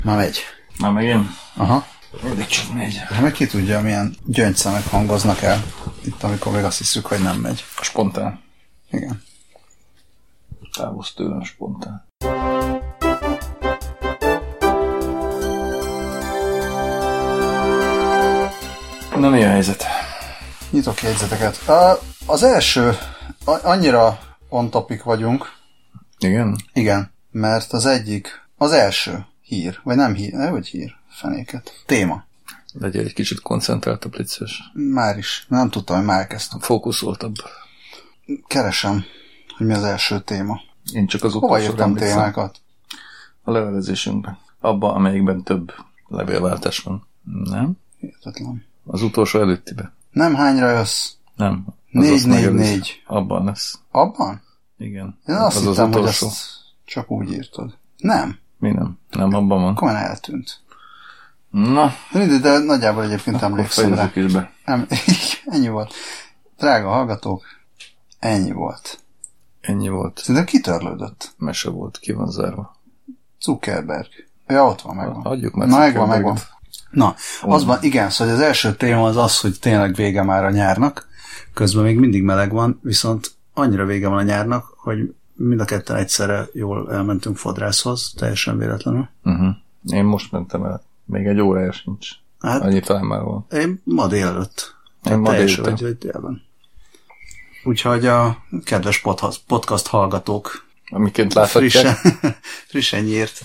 Már megy. Már megint? Aha. Mindig csak megy. Hát meg ki tudja, milyen gyöngyszemek hangoznak el itt, amikor még azt hiszük, hogy nem megy. Spontán. Igen. Távozz tőlem spontán. Na, mi a helyzet? Nyitok jegyzeteket. Az első, annyira on topic vagyunk. Igen? Igen, mert az első hír, vagy nem hír, vagy hír, fenéket. Téma. Legyél egy kicsit koncentráltabb, létszős. Már is. Nem tudtam, hogy már kezdtem. Fókuszoltabb. Keresem, hogy mi az első téma. Én csak az hova utolsó írtam témákat? A levelezésünkben. Abba, amelyikben több levélváltás van. Nem? Értetlen. Az utolsó előttibe. Nem, hányra jössz? Nem. 444. Abban lesz. Abban? Igen. Én azt az hittem, az hogy utolsó. ezt csak úgy írtad. Nem. Mi nem? Nem, abban van. Akkor már eltűnt. Na, De nagyjából egyébként emlékszem rá. fejezzük is be. Ennyi volt. Drága hallgatók, ennyi volt. Ennyi volt. Szerintem kitörlődött. Mese volt, ki van zárva. Zuckerberg. Ja, ott van, megvan. Adjuk már. Na, megvan. Na, az van, igen, szóval az első téma az, hogy tényleg vége már a nyárnak. Közben még mindig meleg van, viszont annyira vége van a nyárnak, hogy mind a ketten egyszerre jól elmentünk fodrászhoz, teljesen véletlenül. Én most mentem el. Még egy órája sincs. Hát, annyi talán már van. én ma délelőtt. Én ma teljesen vagy délben. Úgyhogy a kedves podcast hallgatók Amiként láthatják. frissen nyírt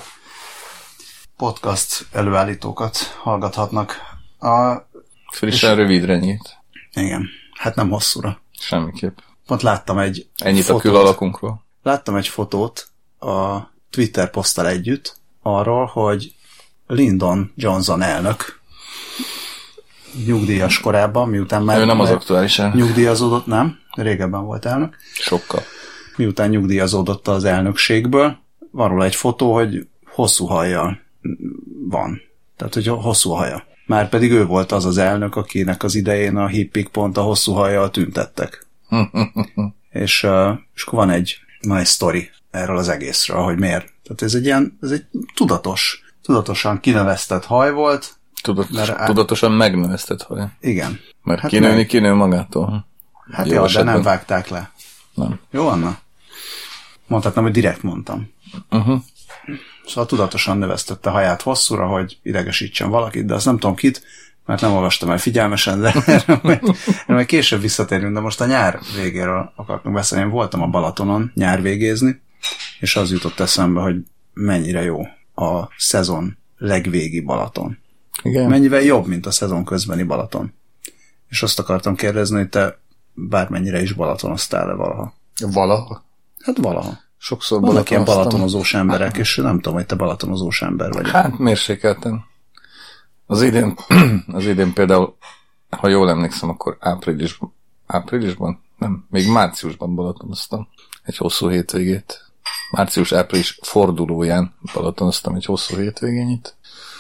podcast előállítókat hallgathatnak. Frissen rövidre nyílt. Igen, hát nem hosszúra. Semmiképp. Pont láttam egy Ennyit fotót. a külalakunkról. Láttam egy fotót a Twitter poszttal együtt arról, hogy Lyndon Johnson elnök nyugdíjas korában, miután már ő nem az aktuális elnök. nyugdíjazódott, nem? Régebben volt elnök. Sokkal. Miután nyugdíjazódott az elnökségből, van róla egy fotó, hogy hosszú hajjal van. Tehát, hogy hosszú haja. Márpedig ő volt az az elnök, akinek az idején a hippik pont a hosszú hajjal tüntettek. és akkor van egy sztori erről az egészről, hogy miért. Tehát ez egy tudatosan kinövesztett haj volt. Tudatosan megnövesztett haj. Igen. Mert hát kinő magától. Hát jó, de nem vágták le. Nem. Jó, Anna? Mondhatnám, hogy direkt mondtam. Szóval tudatosan növesztette haját hosszúra, hogy idegesítsen valakit, de azt nem tudom kit, mert nem olvastam el figyelmesen, de erre majd később visszatérünk, de most a nyár végéről akartunk beszélni. Én voltam a Balatonon nyár végézni, és az jutott eszembe, hogy mennyire jó a szezon legvégi Balaton. Igen. Mennyivel jobb, mint a szezon közbeni Balaton. És azt akartam kérdezni, hogy te bármennyire is balatonoztál-e valaha? Valaha? Hát valaha. Sokszor vannak ilyen balatonozós emberek, és nem tudom, hogy te balatonozós ember vagy. Hát mérsékelten. Az idén például, ha jól emlékszem, akkor áprilisban? Nem, még márciusban balatonoztam egy hosszú hétvégét. Március-április fordulóján balatonoztam egy hosszú hétvégényt.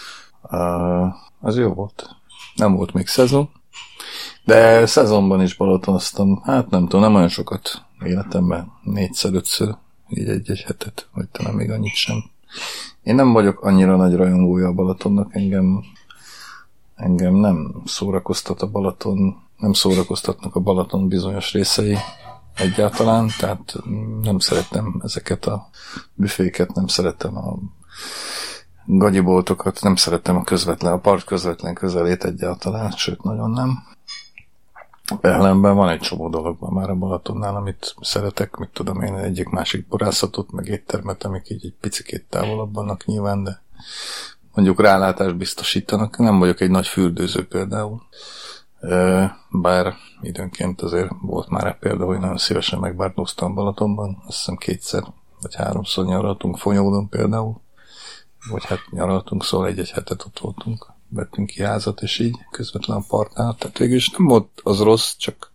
Az jó volt. Nem volt még szezon, de szezonban is balatonoztam. Hát nem tudom, nem olyan sokat életemben. 4-5-ször, így egy hetet, vagy talán még annyit sem. Én nem vagyok annyira nagy rajongója a Balatonnak, engem nem szórakoztat a Balaton, nem szórakoztatnak a Balaton bizonyos részei egyáltalán, tehát nem szeretem ezeket a büféket, nem szeretem a gagyiboltokat, nem szeretem a part közvetlen közelét egyáltalán, sőt nagyon nem. Ellenben van egy csomó dologban már a Balatonnál, amit szeretek, mit tudom én, egyik-másik borászatot, meg éttermet, amik így egy picikét távolabb vannak nyilván, de mondjuk rálátást biztosítanak. Nem vagyok egy nagy fürdőző például, bár időnként azért volt már példa, hogy nagyon szívesen megbártóztam Balatonban, azt hiszem 2 vagy 3 nyaraltunk Fonyódon például, vagy hát nyaraltunk, szóval egy hetet ott voltunk, vettünk ki házat, és így közvetlen a partnál, tehát végül is nem volt az rossz, csak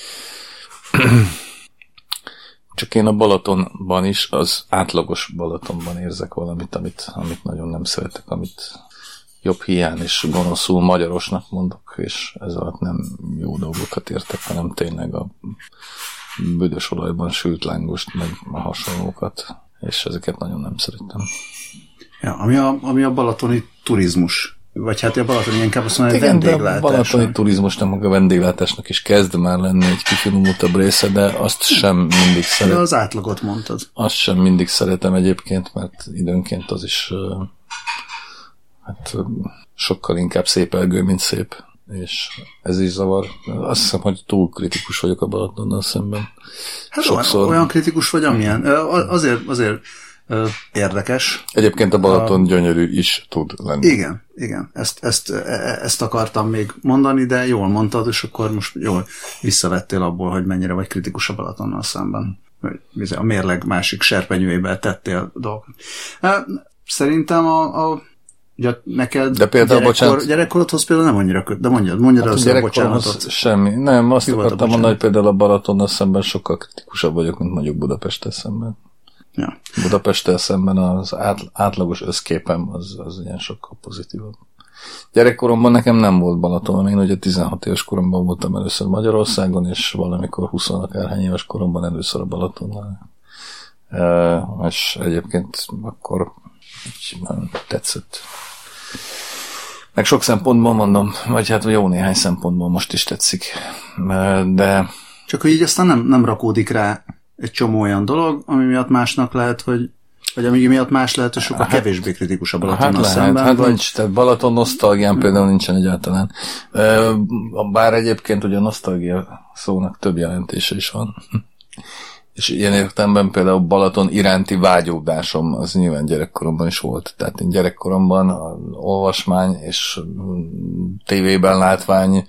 én a Balatonban is, az átlagos Balatonban érzek valamit, amit nagyon nem szeretek, amit jobb hiány és gonoszul magyarosnak mondok, és ez alatt nem jó dolgokat értek, hanem tényleg a büdös olajban sült lángost, meg a hasonlókat, és ezeket nagyon nem szeretem. Ja, ami a balatoni turizmus. Vagy hát a balatoni inkább azt mondja, hogy vendéglátás. A balatoni turizmus nem a vendéglátásnak is kezd már lenni egy kifinomultabb része, de azt sem mindig szeretem. De az átlagot mondtad. Azt sem mindig szeretem egyébként, mert időnként az is sokkal inkább szépelgő, mint szép. És ez is zavar. Azt hiszem, hogy túl kritikus vagyok a Balatonnal szemben. Hát sokszor. Olyan kritikus vagy, amilyen. Azért érdekes. Egyébként a Balaton gyönyörű is tud lenni. Igen. Ezt akartam még mondani, de jól mondtad, és akkor most jól visszavettél abból, hogy mennyire vagy kritikus a Balatonnal szemben. A mérleg másik serpenyőjébe tettél dolgokat. Szerintem ugye neked de például, gyerekkorodhoz például nem annyira de mondjad hát el a bocsánatot. Semmi. Nem, azt akartam mondani, hogy például a Balatonnal szemben sokkal kritikusabb vagyok, mint mondjuk Budapesttel szemben. Ja. Budapesttel szemben az átlagos összképem az ilyen sokkal pozitívabb. Gyerekkoromban nekem nem volt Balatonon, én ugye 16 éves koromban voltam először Magyarországon, és valamikor 20 akárhány éves koromban először a Balatonnál. És egyébként akkor tetszett. Meg sok szempontból mondom, vagy hát jó néhány szempontból most is tetszik. De... Csak hogy így aztán nem rakódik rá egy csomó olyan dolog, ami miatt másnak lehet, vagy ami miatt más lehet, hogy sokkal kevésbé kritikus a Balatonnal szemben. Hát nincs, tehát Balaton nosztalgián például nincsen egyáltalán. Bár egyébként ugye a nosztalgia szónak több jelentése is van. És ilyen értelemben például Balaton iránti vágyódásom az nyilván gyerekkoromban is volt. Tehát én gyerekkoromban olvasmány és tévében látvány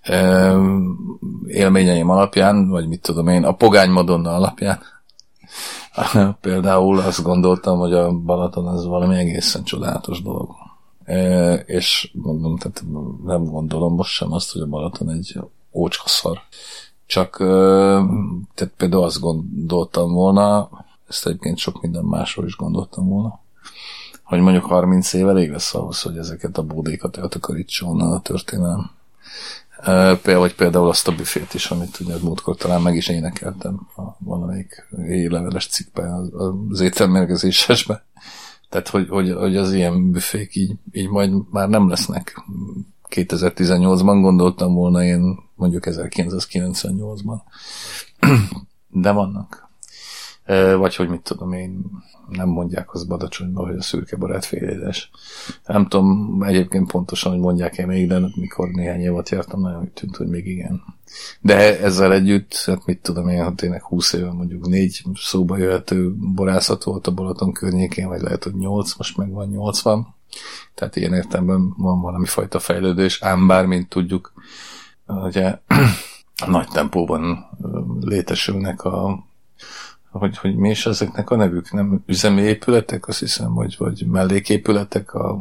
élményeim alapján, vagy mit tudom én, a Pogány Madonna alapján például azt gondoltam, hogy a Balaton az valami egészen csodálatos dolog. És mondom, tehát nem gondolom most sem azt, hogy a Balaton egy ócskaszar. Csak tehát például azt gondoltam volna, ezt egyébként sok minden másról is gondoltam volna, hogy mondjuk 30 év elég lesz ahhoz, hogy ezeket a bódékat eltakarítsa onnan a történelem. Vagy például azt a büfét is, amit ugye múltkor talán meg is énekeltem valamelyik éjleveles cikkben az ételmérgezésesben. Tehát, hogy az ilyen büfék így majd már nem lesznek. 2018-ban gondoltam volna én, mondjuk 1998-ban. De vannak. Vagy hogy mit tudom én, nem mondják az Badacsonyban, hogy a szürke barát félédes. Nem tudom egyébként pontosan, hogy mondják-e még, de mikor néhány évet jártam, nagyon úgy tűnt, hogy még igen. De ezzel együtt, hát mit tudom én, ha tényleg 20 éve mondjuk 4 szóba jöhető borászat volt a Balaton környékén, vagy lehet, hogy 8, most meg van 80. Tehát ilyen értelemben van valami fajta fejlődés, ám bár, mint tudjuk, ugye nagy tempóban létesülnek hogy mi is ezeknek a nevük, nem üzemi épületek, azt hiszem, vagy melléképületek a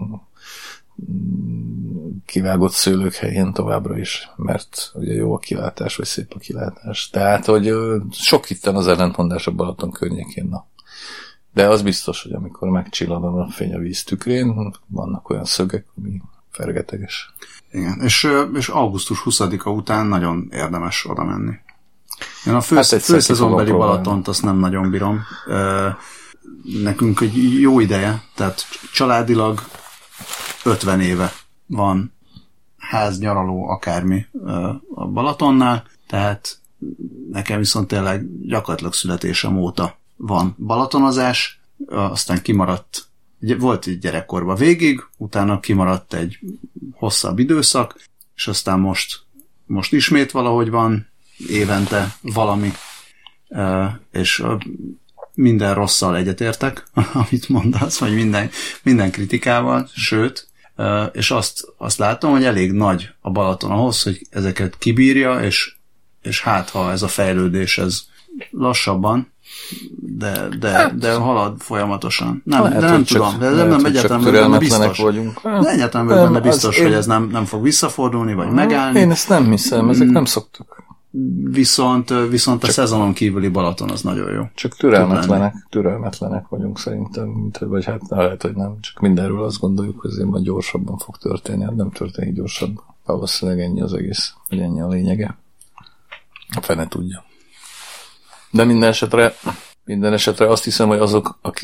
kivágott szőlők helyén továbbra is, mert ugye jó a kilátás, vagy szép a kilátás. Tehát, hogy sok itten az ellentmondás a Balaton környékén, na. De az biztos, hogy amikor megcsillan a fény a víz tükrén, vannak olyan szögek, ami fergeteges. Igen, és augusztus 20-a után nagyon érdemes oda menni. Én a főszezonbeli Balatont azt nem nagyon bírom. Nekünk egy jó ideje, tehát családilag 50 éve van ház, nyaraló, akármi a Balatonnál, tehát nekem viszont tényleg gyakorlatilag születésem óta van balatonozás, aztán kimaradt, volt egy gyerekkorban végig, utána kimaradt egy hosszabb időszak, és aztán most ismét valahogy van, évente valami, és minden rosszal egyetértek, amit mondasz, vagy minden kritikával, sőt, és azt látom, hogy elég nagy a Balaton ahhoz, hogy ezeket kibírja, és hát ha ez a fejlődés, ez lassabban, de halad folyamatosan. Nem tudom, de nem egyáltalán benne biztos. De egyáltalán benne biztos, hogy ez nem fog visszafordulni, vagy megállni. Én ezt nem hiszem, ezek nem szoktak. Viszont a szezonon kívüli Balaton az nagyon jó. Csak türelmetlenek vagyunk szerintem, vagy hát lehet, hogy nem. Csak mindenről azt gondoljuk, hogy azért majd gyorsabban fog történni. Hát nem történik gyorsabban. Valószínűleg ennyi az egész, vagy ennyi a lényege. A fene tudja. De minden esetre azt hiszem, hogy azok, akik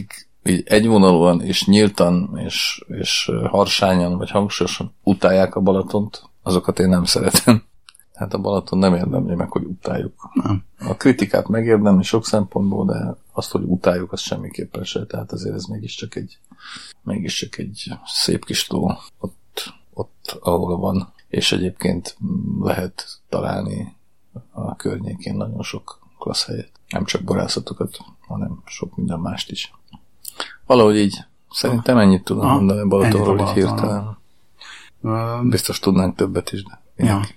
így egyvonalúan és nyíltan és harsányan vagy hangsúlyosan utálják a Balatont, azokat én nem szeretem. Hát a Balaton nem érdemli meg, hogy utáljuk. Nem. A kritikát megérdemli sok szempontból, de azt, hogy utáljuk, az semmiképpen se. Tehát azért ez mégiscsak egy szép kis tó ott, ahol van. És egyébként lehet találni a környékén nagyon sok klassz helyet. Nem csak borászatokat, hanem sok minden mást is. Valahogy így. Szerintem ennyit tudom mondani Balatonról így hirtelen. Biztos tudnánk többet is, de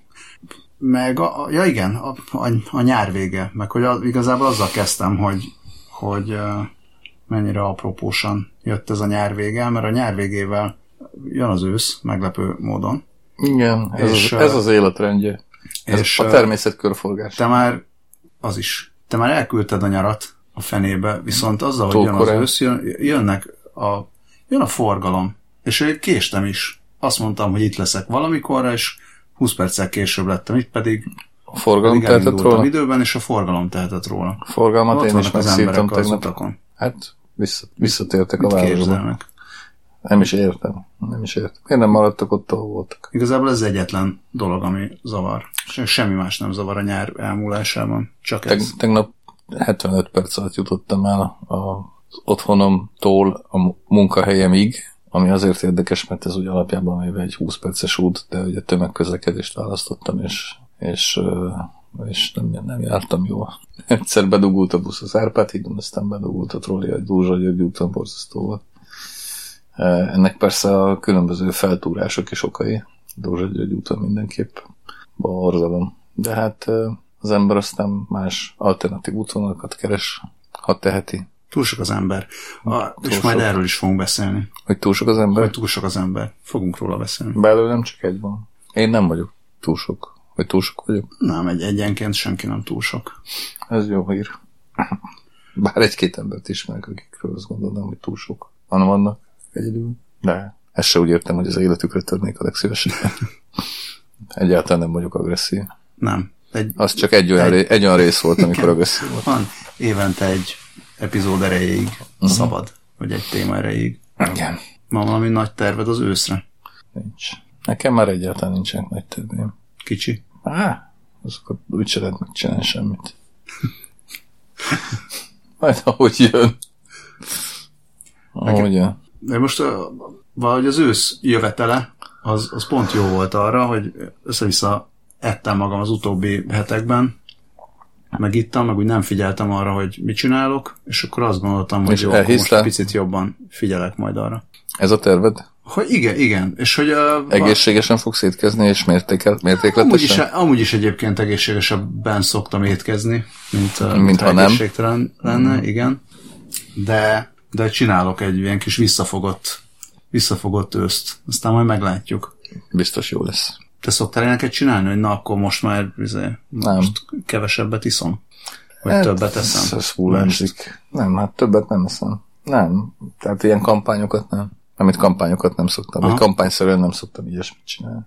meg igen, a nyár vége, meg hogy igazából azzal kezdtem, hogy mennyire apropósan jött ez a nyár vége, mert a nyár végével jön az ősz, meglepő módon. Igen, ez az életrendje. És a természet körforgás. Te már elküldted a nyarat a fenébe, viszont azzal, hogy jön az ősz, jön a forgalom. És késtem is. Azt mondtam, hogy itt leszek valamikorra, és 20 perccel később lettem itt, pedig a forgalom tehetett róla? Időben, és a forgalom tehetett róla. A forgalmat én is megszívtam tegnap. Hát visszatértek a városba. Nem is értem. Miért nem maradtak ott, ahol voltak? Igazából ez egyetlen dolog, ami zavar. Semmi más nem zavar a nyár elmúlásában. Csak ez. Tegnap 75 perc alatt jutottam el az otthonomtól a munkahelyemig, ami azért érdekes, mert ez úgy alapjában véve egy 20 perces út, de ugye tömegközlekedést választottam, és nem jártam jól. Egyszer bedugult a busz az Árpád-hídon, aztán bedugult a trolli a Dózsa-György úton, borzasztó volt. Ennek persze a különböző feltúrások is okai. Dózsa-György úton mindenképp borzalom. De hát az ember aztán más alternatív útvonalakat keres, ha teheti. Túl sok az ember. És majd erről is fogunk beszélni. Hogy túl sok az ember? Hogy túl sok az ember. Fogunk róla beszélni. Belőle nem csak egy van. Én nem vagyok túl sok. Vagy túl sok vagyok? Nem, egyenként senki nem túl sok. Ez jó hír. Bár egy-két embert ismerek, akikről azt gondolom, hogy túl sok. Vannak egyedül. De ezt se úgy értem, hogy az életükre törnék a legszívesebben. Egyáltalán nem vagyok agresszív. Nem. Az csak egy olyan rész volt, amikor agresszív volt. Van évente egy epizód erejéig szabad, vagy egy téma erejéig. Igen. Van valami nagy terved az őszre? Nincs. Nekem már egyáltalán nincsenek nagy terveim. Kicsi? Azokat úgy se lehet megcsinálni semmit. Majd ahogy jön. Ahogy jön. De most valahogy az ősz jövetele, az pont jó volt arra, hogy össze-vissza ettem magam az utóbbi hetekben, meg ittam, meg úgy nem figyeltem arra, hogy mit csinálok, és akkor azt gondoltam, hogy jó, akkor most picit jobban figyelek majd arra. Ez a terved? Hogy igen. És hogy egészségesen fogsz étkezni, és mértékletesen? Amúgy is egyébként egészségesebben szoktam étkezni, mint ha egészségtelen lenne, igen. De csinálok egy ilyen kis visszafogott őszt. Aztán majd meglátjuk. Biztos jó lesz. Te szoktál ilyeneket csinálni, hogy na, akkor most már most kevesebbet iszom? Vagy többet eszem? Ez hullámzik. Nem, hát többet nem eszem. Nem. Tehát ilyen kampányokat nem. Amit kampányokat nem szoktam. Vagy kampányszerűen nem szoktam ilyesmit csinálni.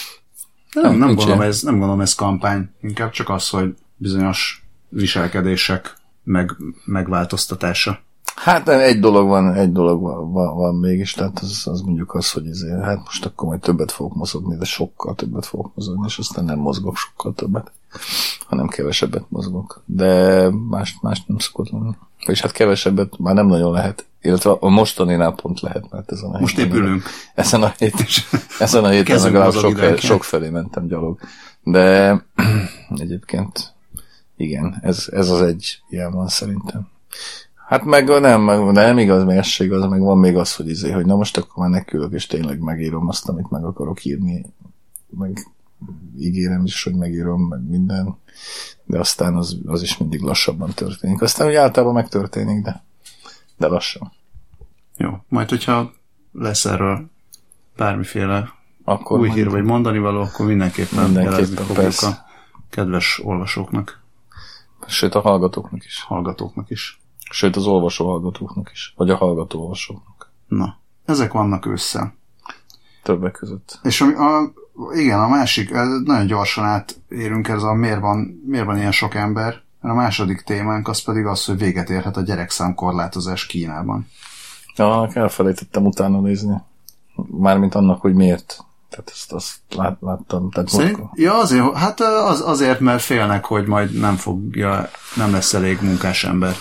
Nem gondolom ez kampány. Inkább csak az, hogy bizonyos viselkedések megváltoztatása. Hát egy dolog van mégis, tehát az mondjuk az, hogy hát most akkor majd többet fogok mozogni, de sokkal többet fogok mozogni, és aztán nem mozgok sokkal többet, hanem kevesebbet mozgok. De más nem szokott lenni. És hát kevesebbet már nem nagyon lehet, illetve a mostaninál pont lehet, mert ezen a héten... Most épülünk. Ezen a héten legalább sok felé mentem gyalog. De egyébként igen, ez az egy ilyen van szerintem. Hát nem igaz, meg ez se igaz, meg van még az, hogy na most akkor már nekülök, és tényleg megírom azt, amit meg akarok írni, meg ígérem is, hogy megírom, meg minden, de aztán az is mindig lassabban történik. Aztán úgy általában megtörténik, de lassan. Jó, majd hogyha lesz erről bármiféle akkor új hír vagy mondani való, akkor mindenképpen jelezni fogjuk a kedves olvasóknak. Sőt, a hallgatóknak is. Sőt, az olvasó hallgatóknak is. Vagy a hallgató olvasóknak. Na, ezek vannak ősszel. Többek között. És igen, a másik, nagyon gyorsan átérünk ez miért van ilyen sok ember. A második témánk az pedig az, hogy véget érhet a gyerekszámkorlátozás Kínában. Elfelejtettem utána nézni. Mármint annak, hogy miért. Tehát azt láttam. Tehát azért, hát azért, mert félnek, hogy majd nem lesz elég munkás ember.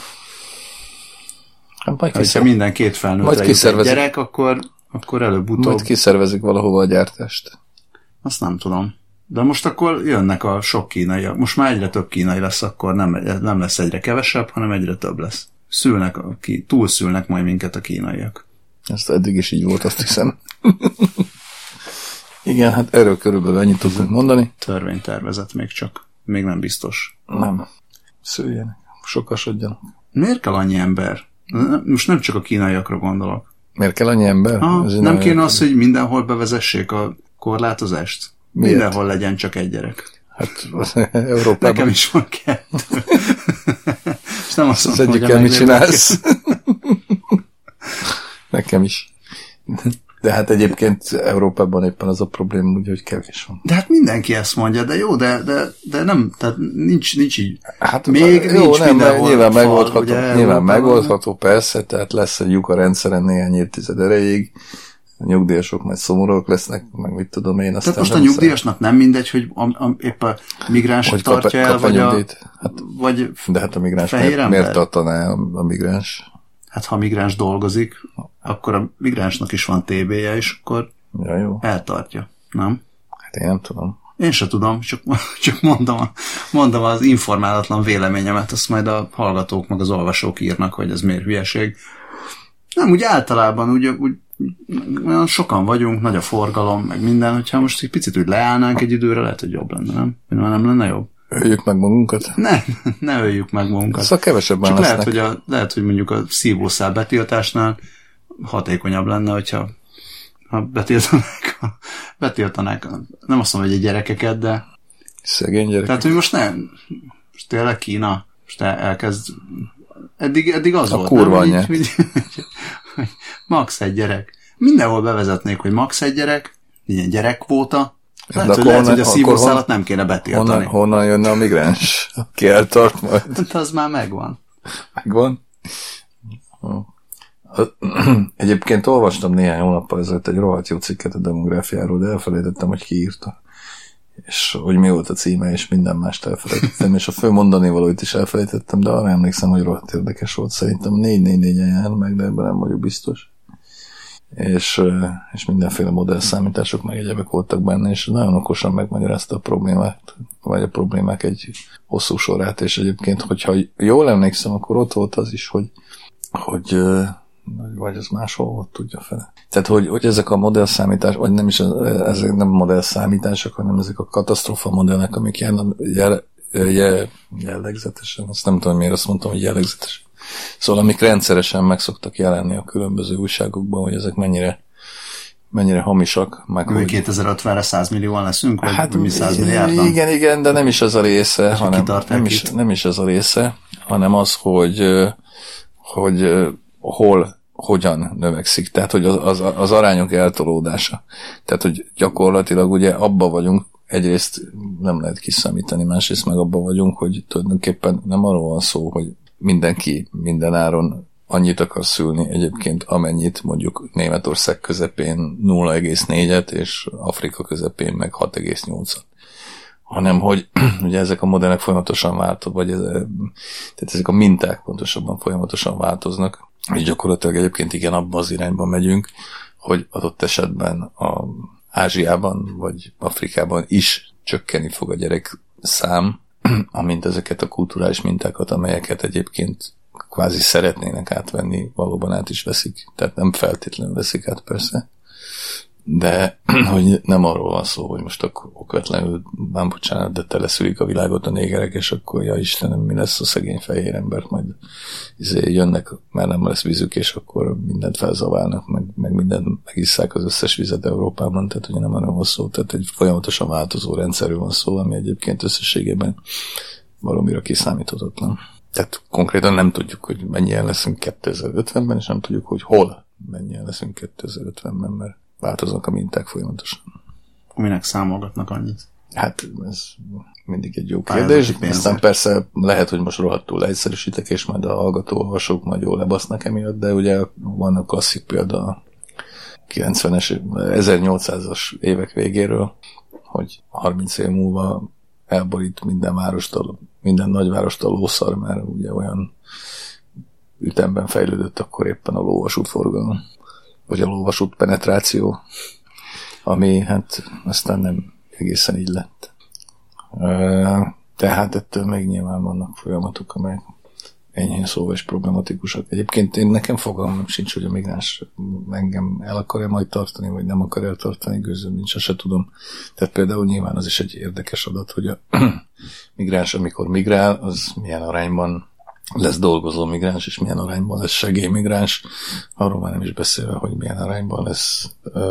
Ha minden két felnőttre jut egy gyerek, akkor előbb-utóbb... Majd kiszervezik valahova a gyártást. Azt nem tudom. De most akkor jönnek a sok kínai. Most már egyre több kínai lesz, akkor nem lesz egyre kevesebb, hanem egyre több lesz. Túlszülnek majd minket a kínaiak. Ezt eddig is így volt, azt hiszem. Igen, hát erről körülbelül ennyit tudunk mondani. Törvénytervezet még csak. Még nem biztos. Nem. Szüljenek. Sokasodjanak. Miért kell annyi ember? Most nem csak a kínaiakra gondolok. Miért kell annyi ember? Nem kéne az, hogy mindenhol bevezessék a korlátozást? Miért? Mindenhol legyen csak egy gyerek. Hát Európában... Nekem is van kettő. És nem azt mondom, egyikkel mit csinálsz? Nekem is. De hát egyébként Európában éppen az a probléma, úgy, hogy kevés van. De hát mindenki ezt mondja, de jó, de nem, tehát nincs így. Hát még jó, nincs mindenhol nyilván fal, megoldható, ugye, nyilván megoldható, persze, tehát lesz egy lyuk a rendszeren néhány évtized erejéig, a nyugdíjasok majd szomorúak lesznek, meg mit tudom én. Tehát most a nyugdíjasnak nem mindegy, hogy épp a migráns hogy tartja el, vagy de hát a migráns miért tartaná a migráns? Hát ha a migráns dolgozik, akkor a migránsnak is van TB-je, és akkor jó. Eltartja, nem? Hát én nem tudom. Én se tudom, csak mondom az informálatlan véleményemet, azt majd a hallgatók meg az olvasók írnak, hogy ez miért hülyeség. Nem, úgy általában úgy olyan sokan vagyunk, nagy a forgalom, meg minden, hogyha most egy picit úgy leállnánk egy időre, lehet, hogy jobb lenne, nem? Nem lenne jobb? Öljük meg magunkat? Ne öljük meg magunkat. Szóval kevesebben csak lesznek. lehet, hogy mondjuk a szívószál betiltásnál hatékonyabb lenne, hogyha betiltanák, nem azt mondom, hogy a gyerekeket, de szegény gyerekek. Tehát, hogy most tényleg Kína most elkezd eddig az a volt, kurva nem? Hogy max. Egy gyerek. Mindenhol bevezetnék, hogy max. Egy gyerek, ilyen gyerekkvóta. Lehet, hogy a szívószálat nem kéne betiltani. Honnan jönne a migráns? Ki eltart majd? Hát az már megvan. Megvan? Egyébként olvastam néhány hónappal ezelőtt egy rohadt jó cikket a demográfiáról, de elfelejtettem, hogy ki írta. És hogy mi volt a címe, és minden mást elfelejtettem, és a fő mondani valóit is elfelejtettem, de arra emlékszem, hogy rohadt érdekes volt. Szerintem 444-en jár meg, de ebben nem vagyok biztos. És mindenféle modellszámítások meg egyebek voltak benne, és nagyon okosan megmagyarázta a problémát, vagy a problémák egy hosszú sorát, és egyébként, hogyha jól emlékszem, akkor ott volt az is, hogy vagy az máshol volt, tudja fele. Tehát, hogy ezek a modellszámítások, vagy nem is, ezek nem modellszámítások, hanem ezek a katasztrófa modellek, amik jellegzetesen, azt nem tudom, miért azt mondtam, hogy jellegzetesen. Szóval, amik rendszeresen meg szoktak jelenni a különböző újságokban, hogy ezek mennyire hamisak. Meg hogy 2050-re 100 millióan leszünk, vagy hát, mi 100 milliárdan? Igen, de nem is ez a része, hanem nem is ez a része, hanem az, hogy hogyan növekszik. Tehát, hogy az arányok eltolódása. Tehát, hogy gyakorlatilag ugye abba vagyunk, egyrészt nem lehet kiszámítani, másrészt meg abba vagyunk, hogy tulajdonképpen nem arról van szó, hogy mindenki minden áron annyit akar szülni egyébként, amennyit mondjuk Németország közepén 0,4-et, és Afrika közepén meg 6,8-at. Hanem, hogy ugye ezek a modellek folyamatosan változnak, tehát ezek a minták pontosabban folyamatosan változnak, és gyakorlatilag egyébként igen, abban az irányban megyünk, hogy adott esetben Ázsiában vagy Afrikában is csökkenni fog a gyerek szám, amint ezeket a kulturális mintákat, amelyeket egyébként kvázi szeretnének átvenni, valóban át is veszik. Tehát nem feltétlenül veszik át persze. De hogy nem arról van szó, hogy most akkor okvetlenül, már bocsánat, de teleszülik a világot a négerek, és akkor ja Istenem, mi lesz a szegény fehér embert, majd jönnek, mert nem lesz vízük, és akkor mindent felzaválnak, meg mindent megisszák az összes vizet Európában, tehát ugye nem arról van szó, tehát egy folyamatosan változó rendszerről van szó, ami egyébként összességében valamira kiszámíthatatlan. Tehát konkrétan nem tudjuk, hogy mennyien leszünk 2050-ben, és nem tudjuk, hogy hol mennyien leszünk 2050-ben, mert változnak a minták folyamatosan. Minek számolgatnak annyit? Hát ez mindig egy jó kérdés. Aztán persze lehet, hogy most rohadtul leegyszerűsítek, és majd a hallgató-olvasók majd jól lebasznak emiatt, de ugye van a klasszik példa a 90-es, 1800-as évek végéről, hogy 30 év múlva elborít minden nagyvárost a lószar, mert ugye olyan ütemben fejlődött akkor éppen a lóvasút forgalom, vagy a lóvasút penetráció, ami hát aztán nem egészen így lett. Tehát ettől még nyilván vannak folyamatok, amelyek enyhén szóval is problematikusak. Egyébként nekem fogalmam sincs, hogy a migráns engem el akarja majd tartani, vagy nem akar eltartani, gőzöm nincs, azt se tudom. Tehát például nyilván az is egy érdekes adat, hogy a migráns, amikor migrál, az milyen arányban lesz dolgozó migráns, és milyen arányban lesz segélymigráns. Arról már nem is beszélve, hogy milyen arányban lesz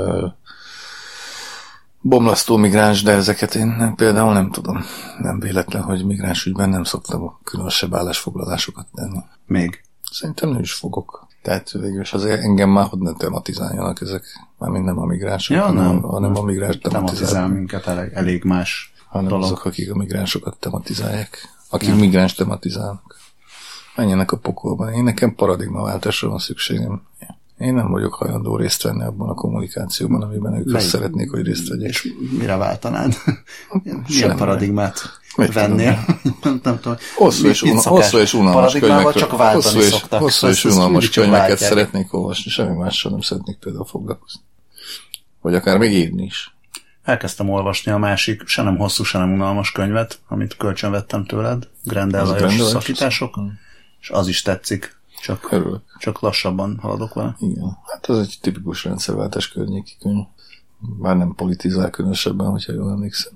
bomlasztó migráns, de ezeket én például nem tudom. Nem véletlen, hogy migráns ügyben nem szoktam különösebb állásfoglalásokat tenni. Még? Szerintem nem is fogok. Tehát végülis azért engem már hogy ne tematizáljanak ezek, mármint nem a migránsok, ja, hanem a migráns tematizál minket elég más hanem dolog. Azok, akik a migránsokat tematizálják. Akik migráns tematizálnak. Menjenek a pokolban. Én nekem paradigmaváltásra van szükségem. Én nem vagyok hajlandó részt venni abban a kommunikációban, amiben ők azt szeretnék, hogy részt vegyek. És mire váltanád? Milyen paradigmát vennél? Nem tudom. Hosszú és unalmas könyveket. Csak váltani szoktak. Hosszú és unalmas könyveket szeretnék olvasni, semmi mással nem szeretnék például foglalkozni. Vagy akár még írni is. Elkezdtem olvasni a másik, se nem hosszú, se nem unalmas könyvet, amit kölcsönvettem tőled, Grendel Lajos szakítások, és az is tetszik. Csak lassabban haladok vele. Igen, hát ez egy tipikus rendszerváltás környéki könyv. Már nem politizál különösebben, hogyha jól emlékszem.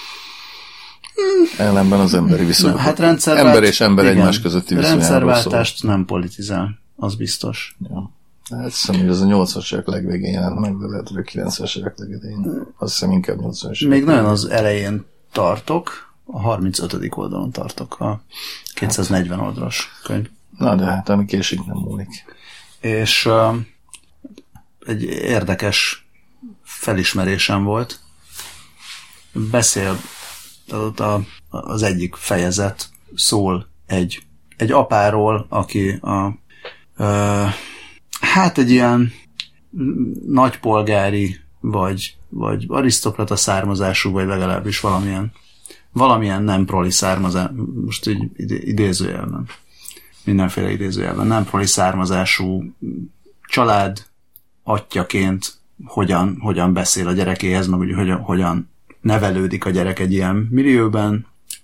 Ellenben az emberi viszonyok. Hát ember és ember igen, egymás közötti viszonyáról szól. Rendszerváltást nem politizál, az biztos. Ja. Hát hiszem, hogy az a 80-as évek legvégén jelent meg, de lehet, hogy a 90-es évek legelején. Azt hiszem inkább 80-as évek. Még nagyon az elején tartok, a 35. oldalon tartok, a 240 oldalas könyv. Na de hát, ami késik, nem múlik. És egy érdekes felismerésem volt. Az egyik fejezet szól egy apáról, aki hát egy ilyen nagypolgári, vagy arisztokrata származású, vagy legalábbis valamilyen nem proli származású, most így idézőjelben. Mindenféle idézőjelben, nem proli származású család atyaként hogyan beszél a gyerekéhez, meg úgy, hogyan nevelődik a gyerek egy ilyen millióben.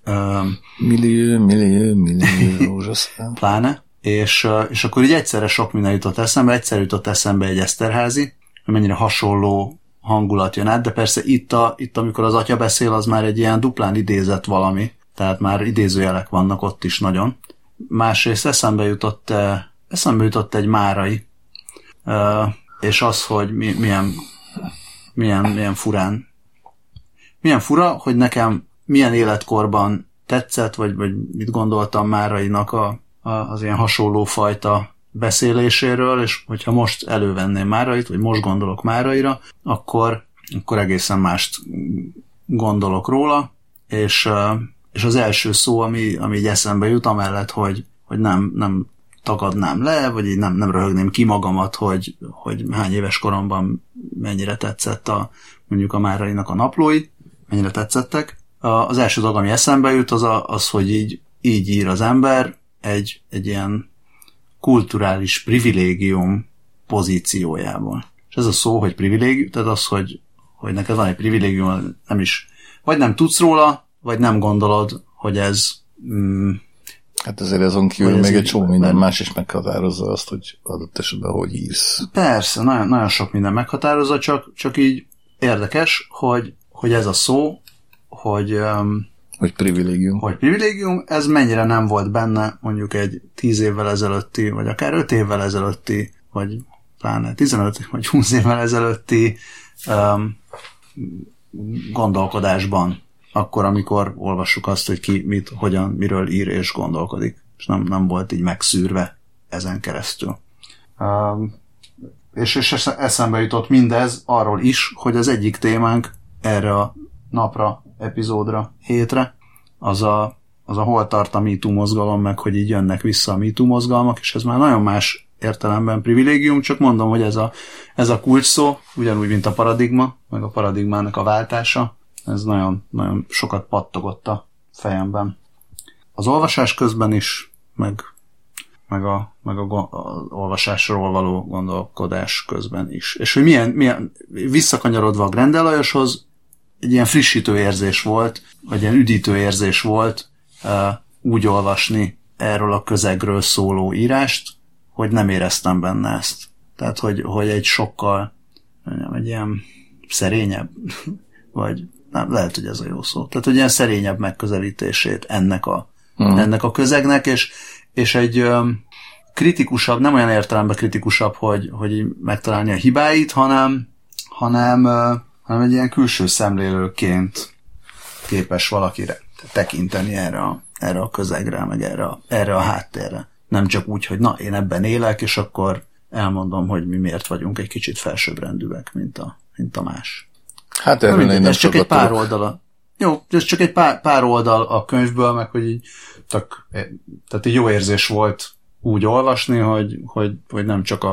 Millió, rózsaszám. Pláne. És akkor így egyszerre sok minden jutott eszembe. Egyszer jutott eszembe egy Eszterházi, hogy mennyire hasonló hangulat jön át, de persze itt amikor az atya beszél, az már egy ilyen duplán idézett valami, tehát már idézőjelek vannak ott is nagyon. Másrészt eszembe jutott egy Márai, és az, hogy milyen fura, hogy nekem milyen életkorban tetszett, vagy mit gondoltam Márainak az ilyen hasonló fajta beszéléséről, és hogyha most elővenném Márait, vagy most gondolok Máraira, akkor egészen mást gondolok róla, és az első szó, ami így eszembe jut, amellett, hogy nem tagadnám le, vagy így nem röhögném ki magamat, hogy hány éves koromban mennyire tetszett mondjuk a Márainak a naplói, mennyire tetszettek. Az első dolog, ami eszembe jut, az hogy így ír az ember egy ilyen kulturális privilégium pozíciójából. És ez a szó, hogy privilégium, tehát az, hogy neked van egy privilégium, nem is, vagy nem tudsz róla, vagy nem gondolod, hogy ez... Hát azért azon kívül még egy csomó minden más is meghatározza azt, hogy adott esetben hogy írsz. Persze, nagyon, nagyon sok minden meghatározza, csak így érdekes, hogy ez a szó, hogy privilégium, ez mennyire nem volt benne mondjuk egy 10 évvel ezelőtti, vagy akár 5 évvel ezelőtti, vagy pláne 15 vagy 20 évvel ezelőtti gondolkodásban. Akkor, amikor olvassuk azt, hogy ki mit, hogyan, miről ír és gondolkodik. És nem volt így megszűrve ezen keresztül. És eszembe jutott mindez arról is, hogy az egyik témánk erre a napra epizódra, hétre, az a hol tart a MeToo mozgalom, meg hogy így jönnek vissza a MeToo mozgalmak, és ez már nagyon más értelemben privilégium, csak mondom, hogy ez a kulcs szó, ugyanúgy, mint a paradigma, meg a paradigmának a váltása, ez nagyon, nagyon sokat pattogott a fejemben. Az olvasás közben is, meg a olvasásról való gondolkodás közben is. És hogy milyen visszakanyarodva a Grendel Lajoshoz, egy ilyen frissítő érzés volt, vagy ilyen üdítő érzés volt úgy olvasni erről a közegről szóló írást, hogy nem éreztem benne ezt. Tehát, hogy egy sokkal, egy ilyen szerényebb, vagy nem, lehet, hogy ez a jó szó. Tehát, hogy ilyen szerényebb megközelítését ennek a közegnek, és egy kritikusabb, nem olyan értelemben kritikusabb, hogy megtalálni a hibáit, hanem egy ilyen külső szemlélőként képes valakire tekinteni erre a közegre, meg erre a háttérre. Nem csak úgy, hogy na, én ebben élek, és akkor elmondom, hogy mi miért vagyunk egy kicsit felsőbbrendűek, mint a más. Hát erről én nem ez csak egy pár oldala. Jó, ez csak egy pár oldal a könyvből, meg hogy így tehát egy jó érzés volt úgy olvasni, hogy nem csak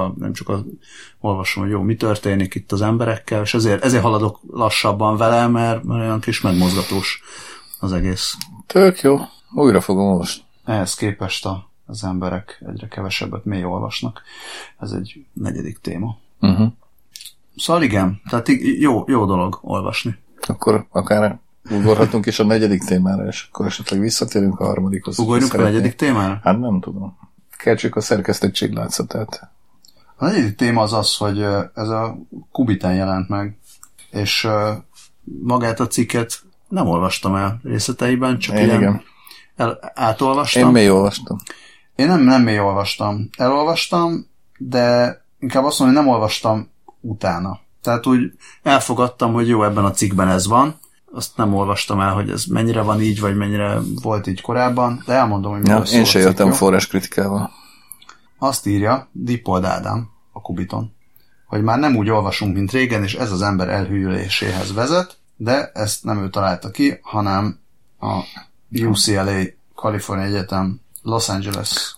olvasom, hogy jó, mi történik itt az emberekkel, és ezért haladok lassabban vele, mert olyan kis megmozgatós az egész. Tök jó, újra fogom olvasni. Ehhez képest az emberek egyre kevesebbet mély olvasnak. Ez egy 4. téma. Uh-huh. Szóval igen, tehát jó dolog olvasni. Akkor akár ugorhatunk is a 4. témára, és akkor esetleg visszatérünk a 3-hoz. Ugorjunk a 4. témára? Hát nem tudom. Keltsük a szerkesztettség látszatát. A 4. téma az, hogy ez a Kubitán jelent meg, és magát a cikket nem olvastam el részleteiben, csak ilyen átolvastam. Én mély olvastam. Én nem mély olvastam. Elolvastam, de inkább azt mondom, hogy nem olvastam utána. Tehát úgy elfogadtam, hogy jó, ebben a cikkben ez van, azt nem olvastam el, hogy ez mennyire van így, vagy mennyire volt így korábban, de elmondom, hogy miről szól. Én se jöttem forráskritikával. Azt írja Dippold Ádám a Kubiton, hogy már nem úgy olvasunk, mint régen, és ez az ember elhűléséhez vezet, de ezt nem ő találta ki, hanem a UCLA, California Egyetem, Los Angeles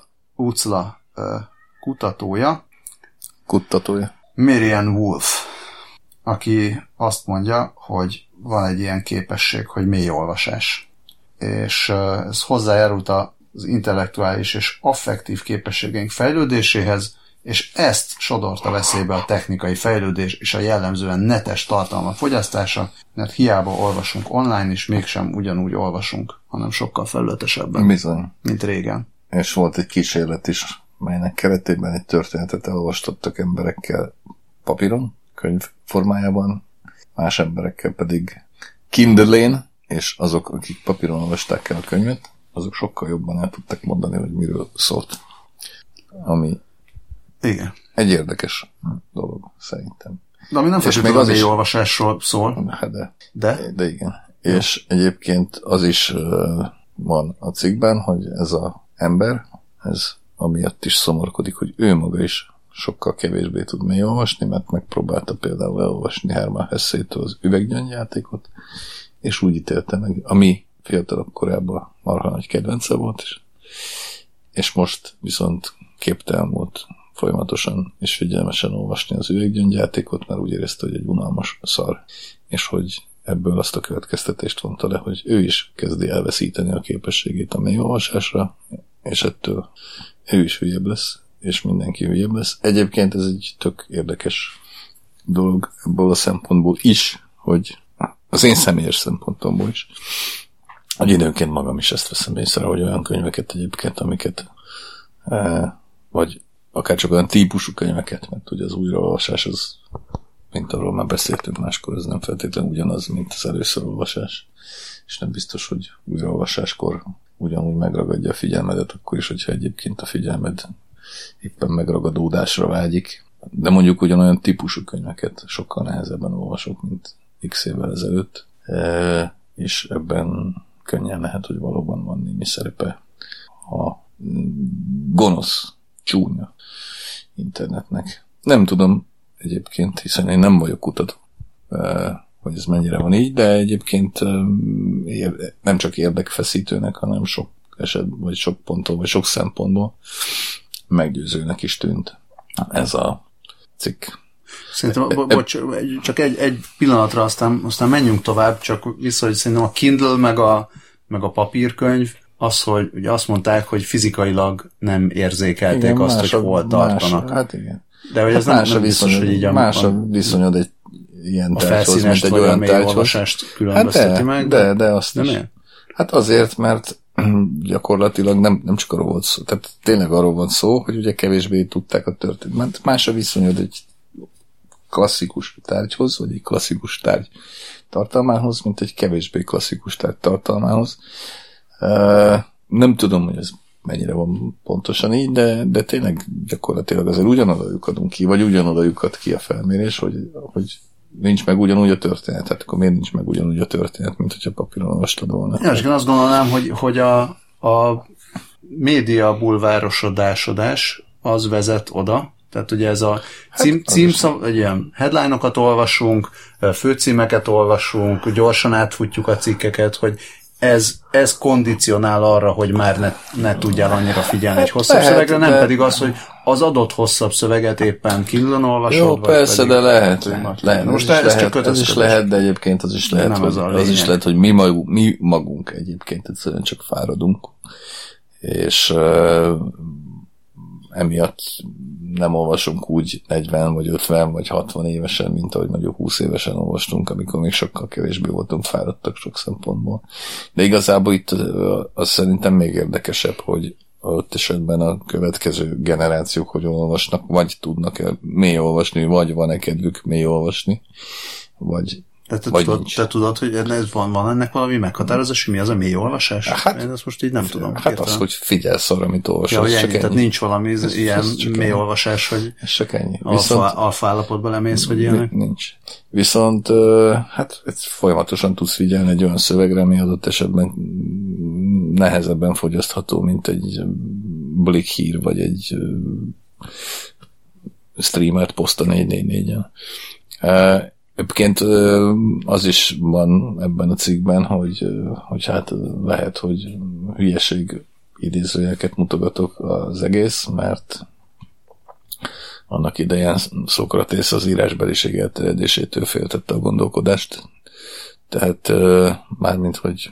UCLA kutatója, Marian Wolf, aki azt mondja, hogy van egy ilyen képesség, hogy mély olvasás. És ez hozzájárult az intellektuális és affektív képességeink fejlődéséhez, és ezt sodorta veszélybe a technikai fejlődés és a jellemzően netes tartalmak fogyasztása, mert hiába olvasunk online, és mégsem ugyanúgy olvasunk, hanem sokkal felületesebben, Bizony. mint régen. És volt egy kísérlet is, melynek keretében egy történetet elolvastattak emberekkel papíron, könyv formájában, más emberekkel pedig Kindle-én, és azok, akik papíron olvasták el a könyvet, azok sokkal jobban el tudtak mondani, hogy miről szólt. Ami igen. Egy érdekes dolog, szerintem. De ami nem feltétlenül az olvasásról szól. Hát de igen. Ja. És egyébként az is van a cikkben, hogy ez az ember, ez amiatt is szomorkodik, hogy ő maga is sokkal kevésbé tud mély olvasni, mert megpróbálta például elolvasni Hermann Hessétől az Üveggyöngyjátékot, és úgy ítélte meg, ami fiatalabb korában marha nagy kedvence volt, és most viszont képtelen volt folyamatosan és figyelmesen olvasni az Üveggyöngyjátékot, mert úgy érezte, hogy egy unalmas szar, és hogy ebből azt a következtetést vonta le, hogy ő is kezdi elveszíteni a képességét a mély olvasásra, és ettől ő is hülyebb lesz, és mindenki hülyebb lesz. Egyébként ez egy tök érdekes dolog ebből a szempontból is, hogy az én személyes szempontomból is, hogy időnként magam is ezt veszem észre, hogy olyan könyveket egyébként, amiket vagy akár csak olyan típusú könyveket, mert ugye az újraolvasás az, mint arról már beszéltünk máskor, ez nem feltétlenül ugyanaz, mint az előszörolvasás, és nem biztos, hogy újraolvasáskor ugyanúgy megragadja a figyelmedet, akkor is, hogyha egyébként a figyelmed éppen megragadódásra vágyik. De mondjuk ugyanolyan típusú könyveket sokkal nehezebben olvasok, mint x évvel ezelőtt, és ebben könnyen lehet, hogy valóban van némi szerepe a gonosz, csúnya internetnek. Nem tudom egyébként, hiszen én nem vagyok kutató, hogy ez mennyire van így, de egyébként nem csak érdekfeszítőnek, hanem sok eset, vagy sok ponttól, vagy sok szempontból meggyőzőnek is tűnt ez a cikk. Szerintem, csak egy pillanatra, aztán menjünk tovább, csak vissza, hogy szerintem a Kindle meg a papírkönyv, az, hogy ugye azt mondták, hogy fizikailag nem érzékelték igen, azt, hogy hol tartanak. Hát igen. De hogy ez nem biztos, hogy így más a viszonyod egy ilyen tárgyhoz, mint egy olyan mélyolvasást különbözteti meg. De azt is. Hát azért, mert gyakorlatilag nem csak arról volt szó, tehát tényleg arról van szó, hogy ugye kevésbé tudták a történetet. Más a viszonyod egy klasszikus tárgyhoz, vagy egy klasszikus tárgy tartalmához, mint egy kevésbé klasszikus tárgy tartalmához. Nem tudom, hogy ez mennyire van pontosan így, de tényleg gyakorlatilag azért ugyanodajuk adunk ki, vagy ugyanodajuk ad ki a felmérés, hogy nincs meg ugyanúgy a történet. Tehát akkor miért nincs meg ugyanúgy a történet, mint hogyha papíron olvastad volna? Ja, és én azt gondolnám, hogy a média bulvárosodásodás az vezet oda, tehát ugye ez a ilyen headline-okat olvasunk, főcímeket olvasunk, gyorsan átfutjuk a cikkeket, hogy ez kondicionál arra, hogy már ne tudjál annyira figyelni egy hosszabb szövegre, nem pedig az, hogy az adott hosszabb szöveget éppen Kindle-on olvasod. Jó, persze, de lehet. Most ez csak ez is lehet, de egyébként az is lehet, hogy mi magunk egyébként egyszerűen csak fáradunk, és emiatt nem olvasunk úgy 40, vagy 50, vagy 60 évesen, mint ahogy mondjuk 20 évesen olvastunk, amikor még sokkal kevésbé voltunk fáradtak sok szempontból. De igazából itt az szerintem még érdekesebb, hogy ott esetben a következő generációk hogyan olvasnak, vagy tudnak-e mély olvasni, vagy van-e kedvük mély olvasni, vagy te tudod, hogy van ennek valami meghatározás, hogy mi az a mély olvasás? Hát, én ezt most így nem tudom. Hát értem. Az, hogy figyelsz arra, amit olvasod. Ja, tehát nincs valami ilyen mély olvasás, hogy csak ennyi. Alfa állapotban lemész, vagy ilyenek? Nincs. Viszont hát folyamatosan tudsz figyelni egy olyan szövegre, ami adott esetben nehezebben fogyasztható, mint egy Blik hír, vagy egy streamert poszt a 444-en. Egyébként az is van ebben a cikkben, hogy hát lehet, hogy hülyeség idézőjeleket mutogatok az egész, mert annak idején Szokratész az írásbeliség elterjedésétől féltette a gondolkodást. Tehát mármint, hogy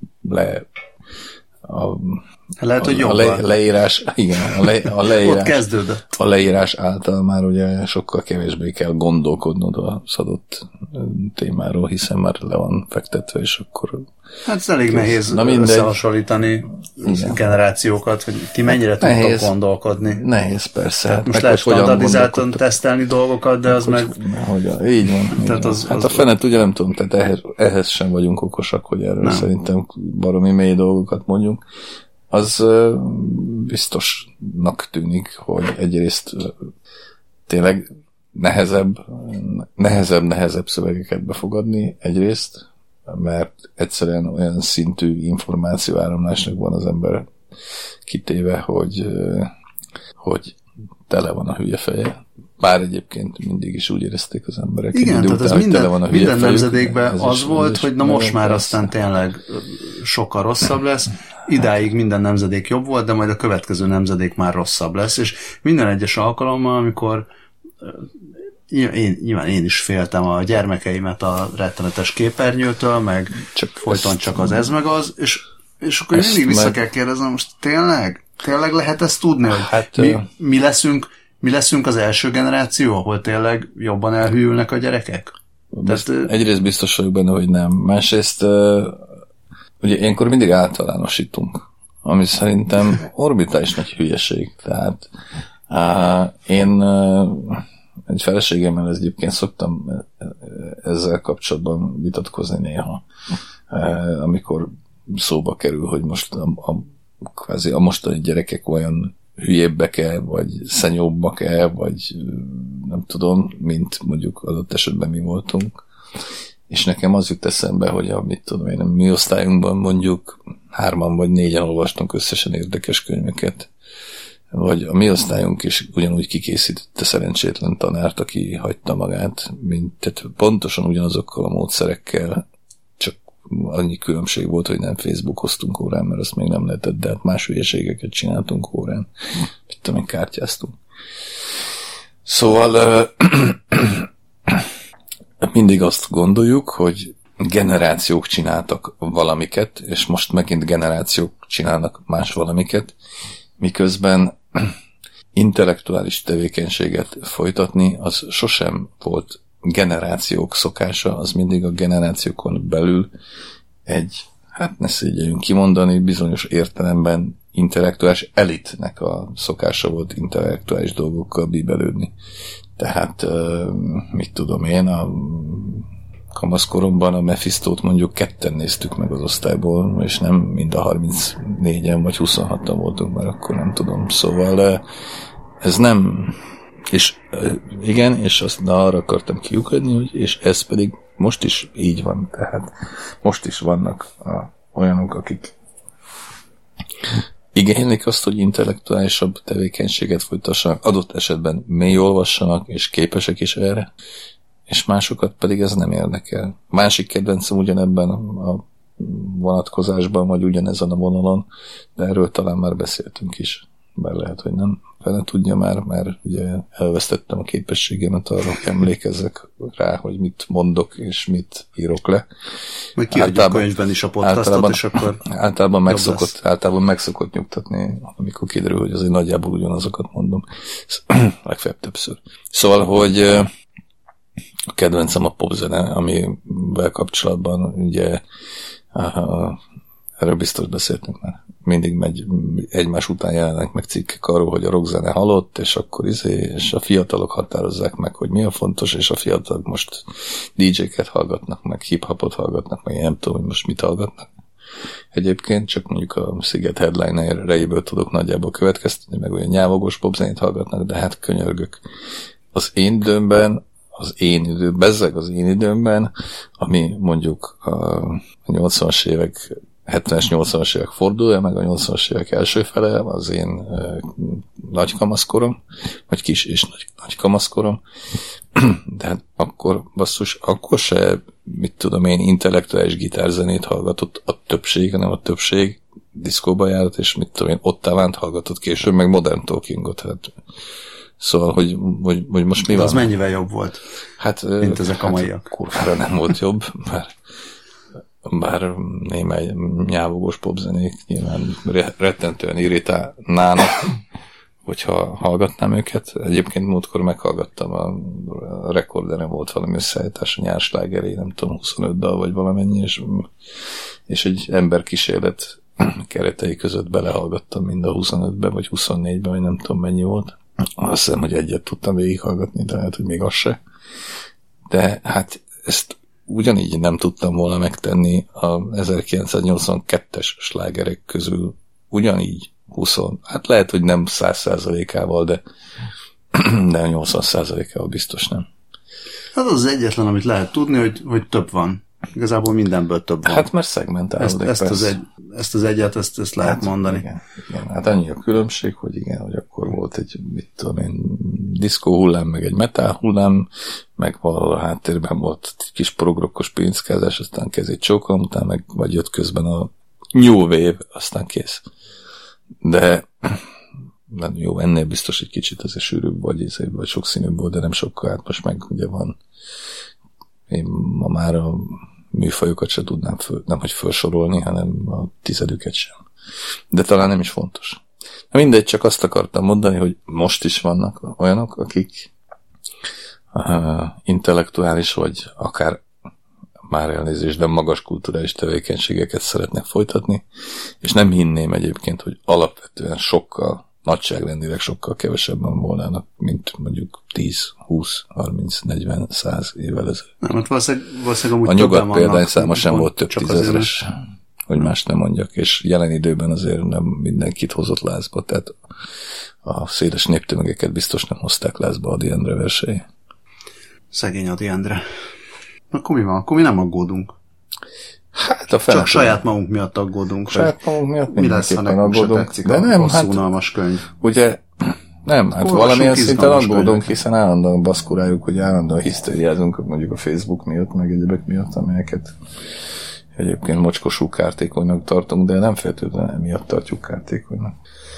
lehet, hogy a leírás, igen, a leírás, ott kezdődött. A leírás által már ugye sokkal kevésbé kell gondolkodnod az adott témáról, hiszen már le van fektetve, és akkor... Hát ez elég nehéz összehasonlítani generációkat, hogy ti mennyire tudtok gondolkodni. Nehéz, persze. Hát most lehet standardizáltan tesztelni dolgokat, de az meg... Így van. Tehát hát a fenet ugye nem tudom, tehát ehhez sem vagyunk okosak, hogy erről szerintem baromi mély dolgokat mondjunk. Az biztosnak tűnik, hogy egyrészt tényleg nehezebb szövegeket befogadni egyrészt, mert egyszerűen olyan szintű információáramlásnak van az ember kitéve, hogy tele van a hülye feje. Bár egyébként mindig is úgy érezték az emberek. Igen, tehát ez minden nemzedékben az volt, hogy na most már aztán tényleg sokkal rosszabb lesz. Idáig minden nemzedék jobb volt, de majd a következő nemzedék már rosszabb lesz, és minden egyes alkalommal, amikor nyilván én is féltem a gyermekeimet a rettenetes képernyőtől, meg folyton csak az ez meg az, és akkor mindig vissza kell kérdeznem, most tényleg lehet ezt tudni, hogy hát, mi leszünk az első generáció, ahol tényleg jobban elhűlnek a gyerekek? Egyrészt biztos vagyok benne, hogy nem. Másrészt ugye ilyenkor mindig általánosítunk, ami szerintem orbitális nagy hülyeség. Tehát én egy feleségemmel egyébként szoktam ezzel kapcsolatban vitatkozni néha, amikor szóba kerül, hogy most kvázi a mostani gyerekek olyan hülyébbek-e, vagy szenyóbbak-e, vagy nem tudom, mint mondjuk adott esetben mi voltunk. És nekem az jut eszembe, hogy mit tudom én, a mi osztályunkban mondjuk 3 vagy 4 olvastunk összesen érdekes könyveket. vagy a mi osztályunk is ugyanúgy kikészítette szerencsétlen tanárt, aki hagyta magát, tehát pontosan ugyanazokkal a módszerekkel, csak annyi különbség volt, hogy nem Facebookoztunk órán, mert azt még nem lehetett, de hát más hülyeségeket csináltunk órán. Mit tudom én, kártyáztunk. Szóval mindig azt gondoljuk, hogy generációk csináltak valamiket, és most megint generációk csinálnak más valamiket, miközben intellektuális tevékenységet folytatni, az sosem volt generációk szokása, az mindig a generációkon belül egy, hát ne szégyeljünk kimondani, bizonyos értelemben intellektuális elitnek a szokása volt intellektuális dolgokkal bíbelődni. Tehát, mit tudom én, a kamaszkoromban a Mephistót mondjuk ketten néztük meg az osztályból, és nem mind a 34-en vagy 26-an voltunk, mert akkor nem tudom. Szóval ez nem... És igen, és azt arra akartam kiukadni, hogy és ez pedig most is így van. Tehát most is vannak olyanok, akik igénylik azt, hogy intellektuálisabb tevékenységet folytassanak, adott esetben mély olvassanak, és képesek is erre, és másokat pedig ez nem érdekel. Másik kedvencem ugyanebben a vonatkozásban, vagy ugyanezen a vonalon, de erről talán már beszéltünk is. Bár lehet, hogy nem fele tudja már, mert ugye elvesztettem a képességemet arra, hogy emlékezzek rá, hogy mit mondok, és mit írok le. Majd kiadjuk a könyvben is a podcastot, és akkor általában megszokott nyugtatni, amikor kiderül, hogy azért nagyjából ugyanazokat mondom. Legfeljebb többször. Szóval, hogy a kedvencem a popzene, amivel kapcsolatban ugye erről biztos beszéltünk már. Mindig megy, egymás után jelennek meg cikkek arról, hogy a rockzene halott, és akkor és a fiatalok határozzák meg, hogy mi a fontos, és a fiatalok most DJ-ket hallgatnak, meg hip-hopot hallgatnak, meg én nem tudom, hogy most mit hallgatnak. Egyébként csak mondjuk a Sziget headliner-reiből tudok nagyjából következtetni, meg olyan nyávogos popzenét hallgatnak, de hát könyörgök. Az én időmben, bezzeg az én időmben, ami mondjuk a 80-as évek 70-es, 80-as évek fordulója, meg a 80-as évek első fele, az én nagy kamaszkorom, vagy kis és nagy kamaszkorom, de hát akkor, basszus, akkor se, mit tudom én, intellektuális gitárzenét hallgatott a többség, hanem a többség diszkóba járt, és mit tudom én, Ottavánt hallgatott később, meg Modern Talkingot, hát szóval, hogy most mi de van? az mennyivel jobb volt, mint ezek a maiak? Kurvára nem volt jobb, bár némely nyávogós popzenék nyilván rettentően irritálnának, hogyha hallgatnám őket. Egyébként múltkor meghallgattam, a rekorderen volt valami összeállítás a nyárslágeré, nem tudom, 25 dal vagy valamennyi, és egy emberkísérlet keretei között belehallgattam mind a 25-ben, vagy 24-ben, vagy nem tudom mennyi volt. Azt hiszem, hogy egyet tudtam végighallgatni, de hát, hogy még az se. De hát ezt ugyanígy nem tudtam volna megtenni a 1982-es slágerek közül, ugyanígy 20, hát lehet, hogy nem 100%-ával, de 80%-ával biztos nem. Hát az egyetlen, amit lehet tudni, hogy több van. Igazából mindenből több van. Hát mert szegmentálódik. Ezt az egyet, ezt lehet mondani. Igen. Hát annyi a különbség, hogy hogy akkor volt egy, mit tudom én, diszkó hullám, meg egy metal hullám, meg valahol a háttérben volt egy kis progrokkos pincikázás, aztán kezét csókolom, utána meg vagy jött közben a new wave, aztán kész. De jó, ennél biztos egy kicsit azért sűrűbb, vagy sokszínűbb volt, de nem sokkal, hát most meg ugye van. Én ma már a műfajokat se tudnám nem hogy felsorolni, hanem a 10 sem. De talán nem is fontos. Mindegy, csak azt akartam mondani, hogy most is vannak olyanok, akik intellektuális, vagy akár már elnézést, de magas kulturális tevékenységeket szeretnek folytatni, és nem hinném egyébként, hogy alapvetően nagyságrendileg sokkal kevesebben volnának, mint mondjuk 10, 20, 30, 40, 100 évvel ezelőtt. Nem, hát valószínűleg amúgy a nyugat példányszáma sem volt több tízezres, hogy más nem mondjak, és jelen időben azért nem mindenkit hozott lázba, tehát a széles néptömegeket biztos nem hozták lázba Ady Endre versei. Szegény Ady Endre. Akkor mi van? Akkor mi nem aggódunk? Hát Hát a csak saját magunk miatt aggódunk. Saját magunk miatt mi lesz, ha nekünk se tetszik de nem, hosszú, unalmas könyv. Ugye, nem, hát valamilyen szinten aggódunk, hiszen állandóan baszkuráljuk, hogy állandóan hisztériázunk mondjuk a Facebook miatt, meg egyebek miatt, amelyeket egyébként mocskosú kártékonynak tartunk, de nem feltétlenül emiatt tartjuk kártékonynak.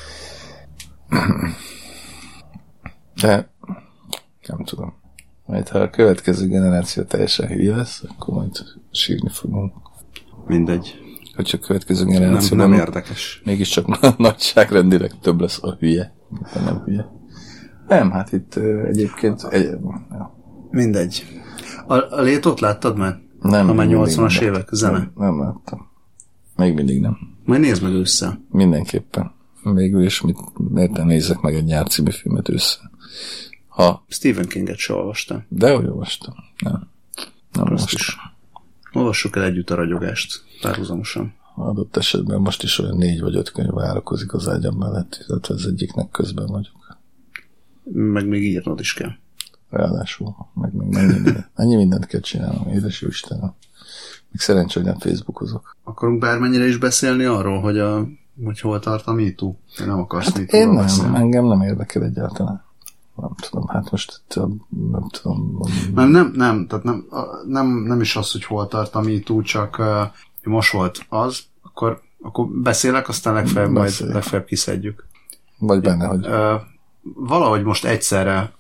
De nem tudom. Majd ha a következő generáció teljesen hülye lesz, akkor majd sírni fogunk. Mindegy. Hogyha a következő generáció nem érdekes. Mégiscsak nagyságrendileg több lesz a hülye, mint nem hülye. Nem, hát itt egyébként... Ja. Mindegy. A Létót láttad már? Nem. A 80-as évek zene? Nem láttam. Még mindig nem. Majd nézd meg ősszel. Mindenképpen. Végül is miért nem nézzek meg egy Nyár című filmet ősszel? Stephen Kinget se olvastam. De hogy olvastam. Nem olvastam. Olvassuk el együtt a ragyogást párhuzamosan. Adott esetben most is olyan 4 vagy 5 könyv várakozik az ágyam mellett, illetve az egyiknek közben vagyok. Meg még írnod is kell. Ráadásul, meg annyi mindent kell csinálnom, édes jó Istenem. Még szerencsé, hogy nem Facebookozok. Akarunk bármennyire is beszélni arról, hogy hol tart a MeToo? Én nem akarsz MeToo-ról én nem, beszélni. Engem nem érdekel egyáltalán. Nem tudom, hát most nem tudom. Tehát nem is az, hogy hol tart a MeToo, csak most volt az, akkor beszélek, aztán legfeljebb kiszedjük. Vagy benne, hogy... Valahogy most egyszerre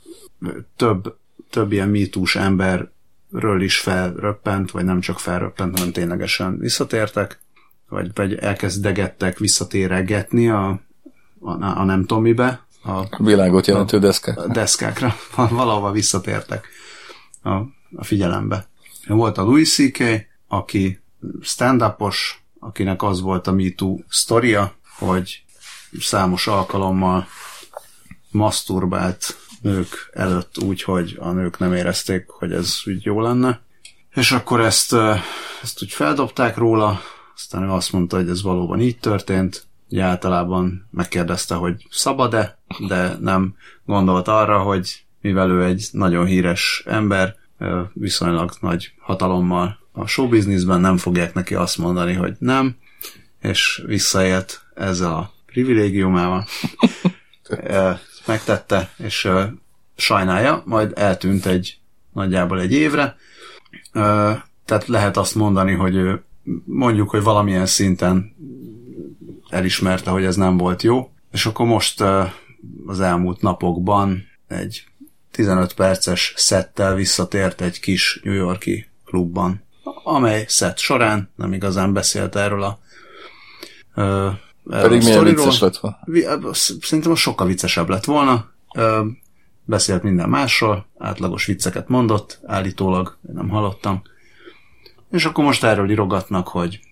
több ilyen MeToo-s emberről is felröppent, vagy nem csak felröppent, hanem ténylegesen visszatértek, vagy elkezdegettek visszatéregetni a nem tudom mibe, a világot jelentő deszkákra. Valahova visszatértek a figyelembe. Volt a Louis C.K., aki stand-upos, akinek az volt a MeToo sztoria, hogy számos alkalommal maszturbált nők előtt úgy, hogy a nők nem érezték, hogy ez úgy jó lenne. És akkor ezt úgy feldobták róla, aztán ő azt mondta, hogy ez valóban így történt. Ugye általában megkérdezte, hogy szabad-e, de nem gondolt arra, hogy mivel ő egy nagyon híres ember, viszonylag nagy hatalommal a showbizniszben, nem fogják neki azt mondani, hogy nem, és visszaélt ezzel a privilégiumával. Megtette, és sajnálja, majd eltűnt nagyjából egy évre. Tehát lehet azt mondani, hogy ő mondjuk, hogy valamilyen szinten elismerte, hogy ez nem volt jó, és akkor most az elmúlt napokban egy 15 perces szettel visszatért egy kis New York-i klubban, amely szett során nem igazán beszélt erről a pedig milyen vicces lett volna? Szerintem az sokkal viccesebb lett volna. Beszélt minden másról, átlagos vicceket mondott, állítólag, én nem hallottam. És akkor most erről írogatnak, hogy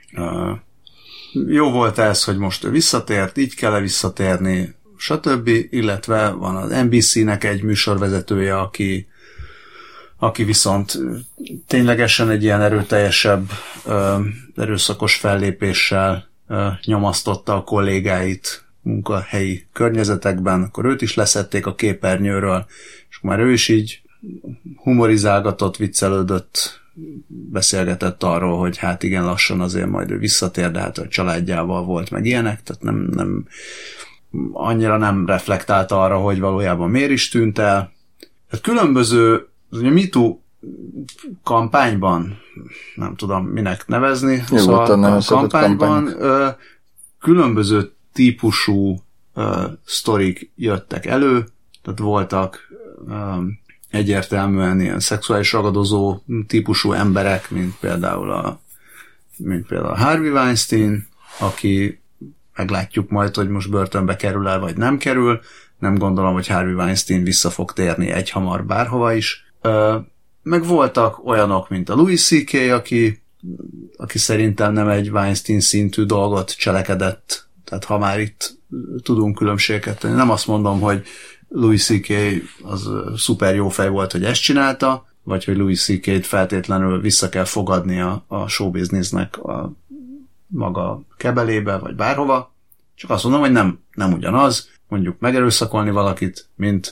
jó volt ez, hogy most ő visszatért, így kell visszatérni, stb. Illetve van az NBC-nek egy műsorvezetője, aki viszont ténylegesen egy ilyen erőteljesebb, erőszakos fellépéssel nyomasztotta a kollégáit munkahelyi környezetekben, akkor őt is leszették a képernyőről, és már ő is így humorizálgatott, viccelődött, beszélgetett arról, hogy hát igen, lassan azért majd ő visszatér, de hát a családjával volt meg ilyenek, tehát nem annyira nem reflektált arra, hogy valójában miért is tűnt el. Tehát különböző, ugye MeToo kampányban, nem tudom minek nevezni, szóval a kampányban különböző típusú sztorik jöttek elő, tehát voltak egyértelműen ilyen szexuális ragadozó típusú emberek, mint például a Harvey Weinstein, aki meglátjuk majd, hogy most börtönbe kerül el, vagy nem kerül. Nem gondolom, hogy Harvey Weinstein vissza fog térni egyhamar bárhova is. Meg voltak olyanok, mint a Louis C.K., aki szerintem nem egy Weinstein szintű dolgot cselekedett. Tehát ha már itt tudunk különbséget tenni. Nem azt mondom, hogy Louis C.K. az szuper jó fej volt, hogy ezt csinálta, vagy hogy Louis C.K.-t feltétlenül vissza kell fogadnia a showbusinessnek a maga kebelébe, vagy bárhova. Csak azt mondom, hogy nem ugyanaz, mondjuk megerőszakolni valakit, mint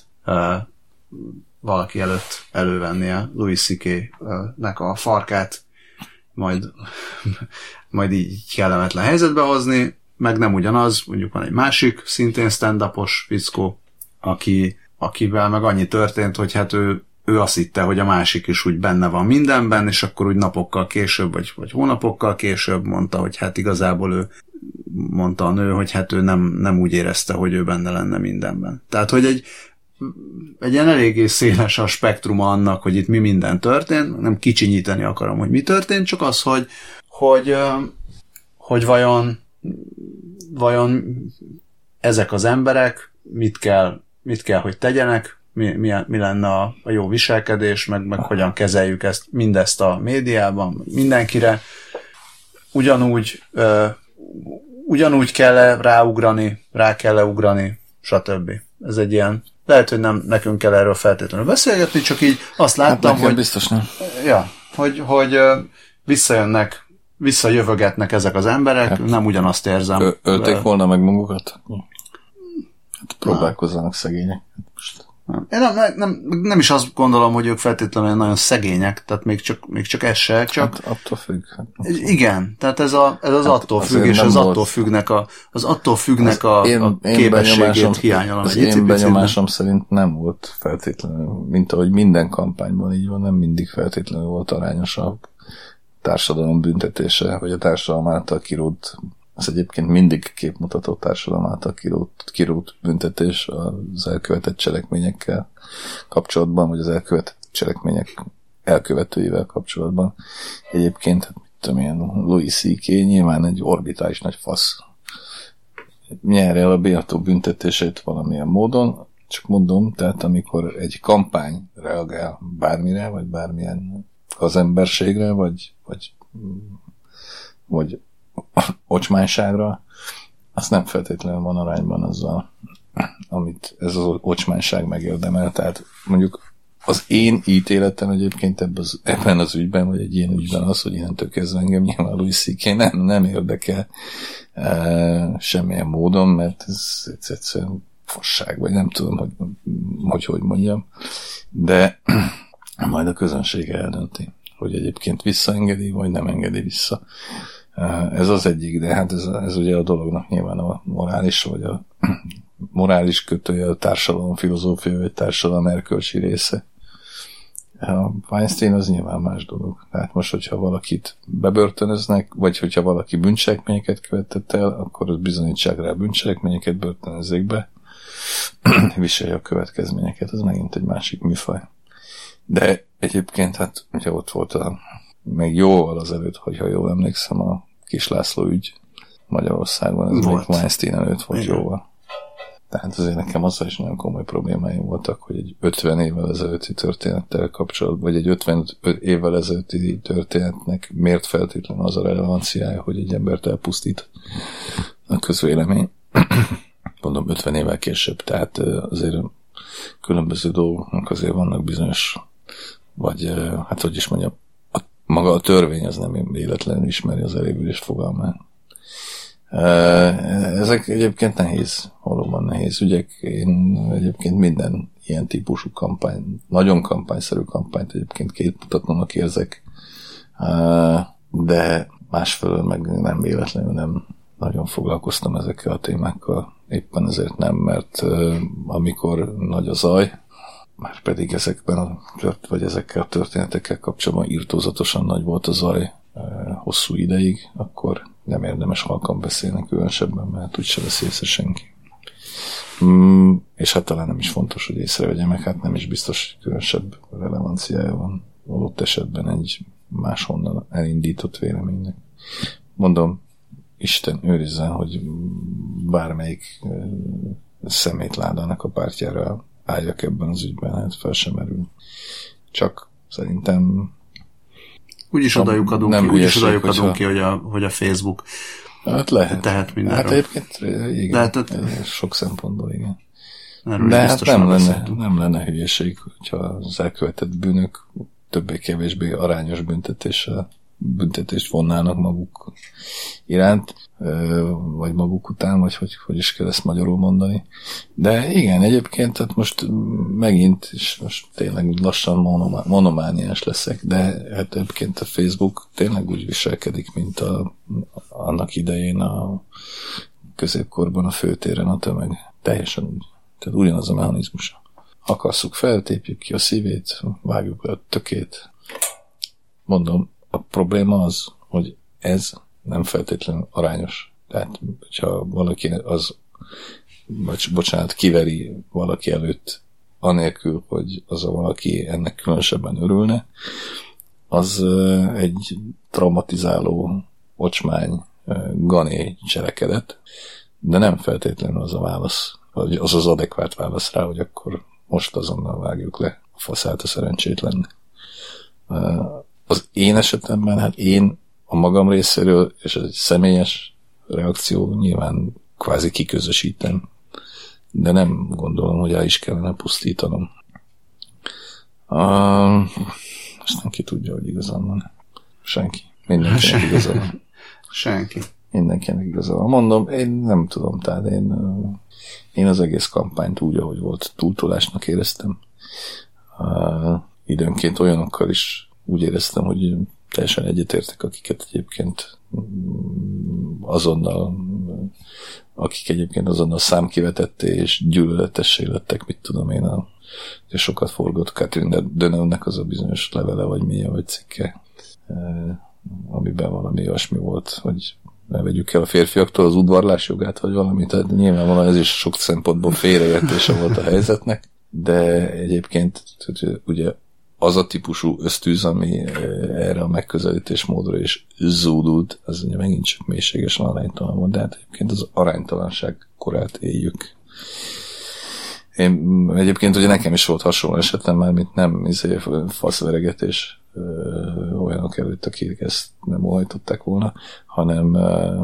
valaki előtt elővenni a Louis C.K.-nek a farkát, majd így kellemetlen helyzetbe hozni, meg nem ugyanaz, mondjuk van egy másik, szintén stand-upos fickó, akivel meg annyi történt, hogy hát ő azt hitte, hogy a másik is úgy benne van mindenben, és akkor úgy napokkal később, vagy hónapokkal később mondta, hogy hát igazából mondta a nő, hogy hát ő nem úgy érezte, hogy ő benne lenne mindenben. Tehát, hogy egy ilyen eléggé széles a spektruma annak, hogy itt mi minden történt, nem kicsinyíteni akarom, hogy mi történt, csak az, hogy vajon ezek az emberek mit kell, hogy tegyenek, mi lenne a jó viselkedés, meg hogyan kezeljük mindezt a médiában, mindenkire. Ugyanúgy kell rá kell ugrani, stb. Ez egy ilyen, lehet, hogy nem nekünk kell erről feltétlenül beszélgetni, csak így azt láttam, hogy biztos nem. Ja, hogy visszajövögetnek ezek az emberek, hát, nem ugyanazt érzem. Ölték volna meg magukat? Hát próbálkozzanak szegények. Én nem is azt gondolom, hogy ők feltétlenül nagyon szegények, tehát még csak ez se, csak... Hát attól függ. Igen, tehát ez az attól függ, és az attól függnek a képességét hiányolom. Az én benyomásom szerint nem volt feltétlenül, mint ahogy minden kampányban így van, nem mindig feltétlenül volt arányos a társadalom büntetése, vagy a társadalom által kirótt. Ez egyébként mindig képmutató társadalom által kirótt büntetés az elkövetett cselekményekkel kapcsolatban, vagy az elkövetett cselekmények elkövetőivel kapcsolatban. Egyébként, mit tudom én, Louis C.K. nyilván egy orbitális nagy fasz. Nyer el a bélyató büntetését valamilyen módon, csak mondom, tehát amikor egy kampány reagál bármire, vagy bármilyen az emberségre, vagy ocsmányságra, az nem feltétlenül van arányban azzal, amit ez az ocsmányság megérdemel. Tehát mondjuk az én ítéletem egyébként ebben az ügyben, vagy egy ilyen ügyben az, hogy innentől kezdve engem nyilván Louis C.K. nem érdekel semmilyen módon, mert ez egyszerűen fasság, vagy nem tudom, hogy mondjam, de majd a közönség eldönti, hogy egyébként visszaengedi, vagy nem engedi vissza. Ez az egyik, de hát ez ugye a dolognak nyilván a morális, vagy a morális kötője, a társadalom filozófia, vagy társadalom erkölcsi része. A Weinstein az nyilván más dolog. Tehát most, hogyha valakit bebörtönöznek, vagy hogyha valaki bűncselekményeket követett el, akkor az bizonyítsák rá bűncselekményeket, börtönözzék be, viselje a következményeket, az megint egy másik műfaj. De egyébként, hát, ugye ott volt még jóval azelőtt, hogyha jól emlékszem, a Kis László ügy Magyarországon, ez még Weinstein előtt volt jóval. Tehát azért nekem azzal is nagyon komoly problémáim voltak, hogy egy 50 évvel ezelőtti történettel kapcsolatban, vagy egy 55 évvel ezelőtti történetnek miért feltétlenül az a relevanciája, hogy egy embert elpusztít a közvélemény. Mondom, 50 évvel később, tehát azért különböző dolgoknak azért vannak bizonyos, vagy hát hogy is mondjam, maga a törvény az nem véletlenül ismeri az elévülés fogalmát. Ezek egyébként valóban nehéz ügyek. Én egyébként minden ilyen típusú kampány, nagyon kampányszerű kampányt egyébként képmutatónak érzek, de másfelől meg nem véletlenül nem nagyon foglalkoztam ezekkel a témákkal. Éppen ezért nem, mert amikor nagy a zaj, már pedig ezekkel a történetekkel kapcsolatban irtózatosan nagy volt a zaj hosszú ideig, akkor nem érdemes halkan beszélni különösebben, mert úgyse veszi észre senki. És hát talán nem is fontos, hogy észrevegye meg, hát nem is biztos, hogy különösebb relevanciája van adott esetben egy máshonnan elindított véleménynek. Mondom, Isten őrizzen, hogy bármelyik szemétládának a pártjára álljak ebben az ügyben, hát fel sem merül. Csak szerintem úgyis odajuk ki, hogy a Facebook hát lehet. tehet mindenről. Hát egyébként igen, lehet, sok szempontból igen. De hát nem lenne hülyeség, hogyha az elkövetett bűnök többé-kevésbé arányos büntetéssel büntetést vonnának maguk iránt, vagy maguk után, vagy hogy is kell ezt magyarul mondani. De igen, egyébként tehát most megint, és most tényleg lassan monomániás leszek, de hát egyébként a Facebook tényleg úgy viselkedik, mint annak idején a középkorban a főtéren a tömeg. Teljesen úgy. Tehát ugyanaz a mechanizmus. Akasszuk fel, tépjük ki a szívét, vágjuk le a tökét. Mondom, a probléma az, hogy ez nem feltétlenül arányos. Tehát, hogyha valaki kiveri valaki előtt anélkül, hogy az a valaki ennek különösebben örülne, az egy traumatizáló, ocsmány, gané cselekedet, de nem feltétlenül az a válasz, vagy az az adekvát válasz rá, hogy akkor most azonnal vágjuk le a faszát a szerencsétlennek. Az én esetemben, hát én a magam részéről, és ez egy személyes reakció, nyilván kvázi kiközösítem, de nem gondolom, hogy el is kellene pusztítanom. Aztán ki tudja, hogy igazán van. Senki. Mindenkinek igazán van. Senki. Mindenkinek igazán van. Mondom, én nem tudom, tehát én az egész kampányt úgy, ahogy volt, túltolásnak éreztem. Időnként olyanokkal is úgy éreztem, hogy teljesen egyetértek, akiket egyébként azonnal számkivetetté és gyűlöletessé lettek, mit tudom én, és sokat forgott Catherine Deneuve-nek az a bizonyos levele, vagy milyen, vagy cikke, amiben valami olyasmi volt, hogy ne vegyük el a férfiaktól az udvarlás jogát, vagy valami, tehát nyilvánvalóan ez is sok szempontból félreértése volt a helyzetnek, de egyébként ugye az a típusú ösztűz, ami erre a megközelítésmódra is zúdult, az ugye megint csak mélységesen aránytalan volt, de hát egyébként az aránytalanság korát éljük. Én egyébként ugye nekem is volt hasonló esetem már, mint nem faszveregetés olyanok előtt, akik ezt nem óhajtották volna, hanem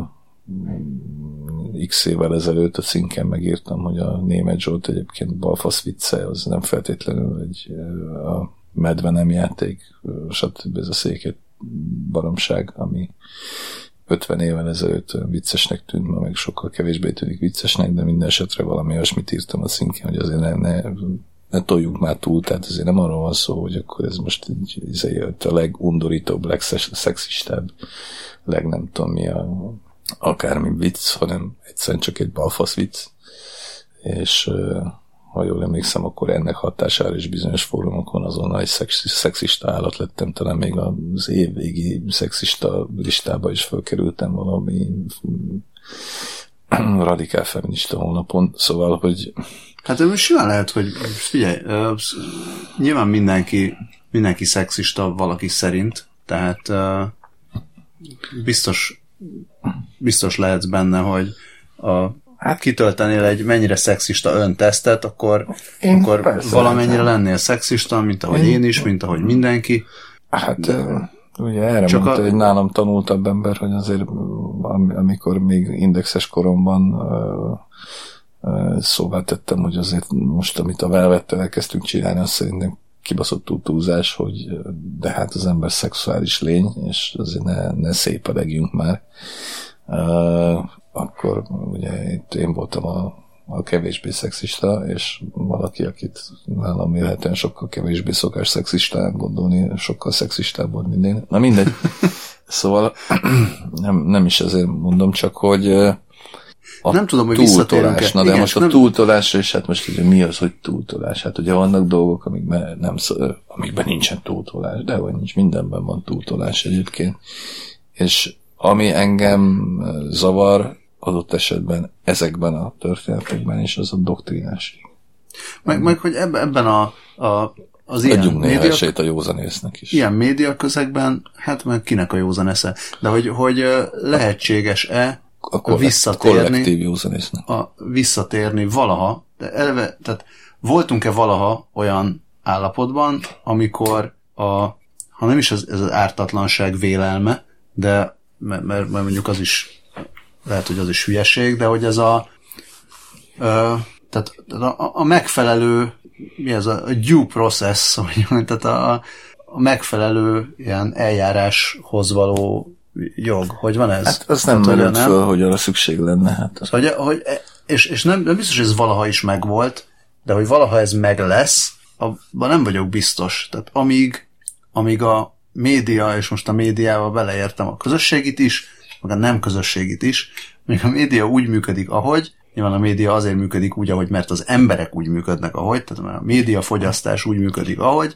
x évvel ezelőtt a cinken megírtam, hogy a Németh Zsolt egyébként balfasz vicce, az nem feltétlenül a medve nem játék, stb. Ez a széket baromság, ami 50 évvel ezelőtt viccesnek tűnt, ma meg sokkal kevésbé tűnik viccesnek, de minden esetre valami olyasmit írtam a cinken, hogy azért ne toljunk már túl, tehát azért nem arról van szó, hogy akkor ez most a legundorítóbb, legszexistább, nem tudom mi akármi vicc, hanem egyszerűen csak egy balfasz vicc, és ha jól emlékszem, akkor ennek hatására is bizonyos fórumokon azonnal egy szexista állat lettem, talán még az évvégi szexista listába is fölkerültem valami radikál feminista honlapon, szóval, hogy hát most simán lehet, hogy figyelj, nyilván mindenki szexista valaki szerint, tehát biztos lehetsz benne, hogy kitöltenél egy mennyire szexista öntesztet, akkor valamennyire lennél szexista, mint ahogy én is, mint ahogy mindenki. Hát ugye erre csak mondta egy nálam tanultabb ember, hogy azért amikor még indexes koromban szóvá tettem, hogy azért most, amit a Velvettel elkezdtünk csinálni, azt szerintem kibaszott túlzás, hogy de hát az ember szexuális lény, és azért ne szépedegjünk már. Akkor ugye itt én voltam a kevésbé szexista, és valaki, akit nálam élhetően sokkal kevésbé szokás szexistán gondolni, sokkal szexistább volt, mint én. Na mindegy. Szóval nem is ezért mondom, csak hogy nem tudom, hogy visszatérünk-e. Na de igen, most a túltolásra, és hát most ugye mi az, hogy túltolás? Hát ugye vannak dolgok, amikben nincsen túltolás, de vagy nincs, mindenben van túltolás egyébként. És ami engem zavar adott esetben ezekben a történetekben is, az a doktrinásig. Meg hogy ebben az ilyen adjunk néha esélyt a józanésznek is. Ilyen médiaközegben, hát meg kinek a józanesze, de hogy lehetséges-e visszatérni valaha, de eleve, tehát voltunk-e valaha olyan állapotban, amikor ha nem is ez az ártatlanság vélelme, de mert mondjuk az is lehet, hogy az is hülyeség, de hogy ez tehát a megfelelő mi ez a due process, tehát a megfelelő ilyen eljáráshoz való jog. Hogy van ez? Hát az nem merült föl, hogy arra szükség lenne. Hát. Hogy és nem biztos, hogy ez valaha is megvolt, de hogy valaha ez meg lesz, abban nem vagyok biztos. Tehát amíg a média, és most a médiával beleértem a közösségit is, meg a nem közösségit is, még a média úgy működik, ahogy, nyilván a média azért működik úgy, ahogy, mert az emberek úgy működnek, ahogy, tehát a médiafogyasztás úgy működik, ahogy,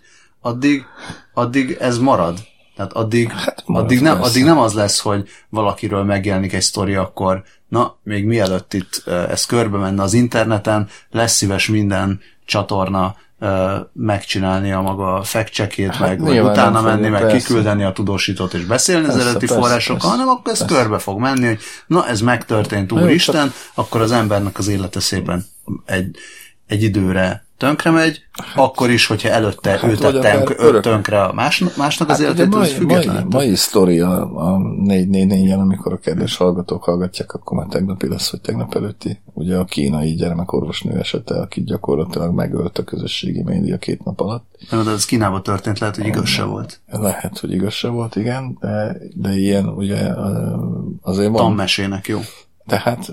addig ez marad. Tehát addig nem az lesz, hogy valakiről megjelenik egy sztori, akkor még mielőtt itt ez körbe menne az interneten, lesz szíves minden csatorna megcsinálni a maga fact-checkét, meg utána menni, meg kiküldeni a tudósítót és beszélni az eredeti forrásokkal, hanem akkor ez körbe fog menni, hogy ez megtörtént, úristen, akkor az embernek az élete szépen egy időre tönkre megy, akkor is, hogyha előtte ő tette tönkre a másnak az életét, az független. Mai sztori a 444-en, amikor a kedves hallgatók hallgatják, akkor már tegnapi lesz, vagy tegnap előtti. Ugye a kínai gyermekorvosnő esete, akit gyakorlatilag megölt a közösségi média 2 nap alatt. De ez Kínában történt, lehet, hogy igaz se volt. Lehet, hogy igaz se volt, igen, de ilyen ugye azért van. Tanmesének jó. Tehát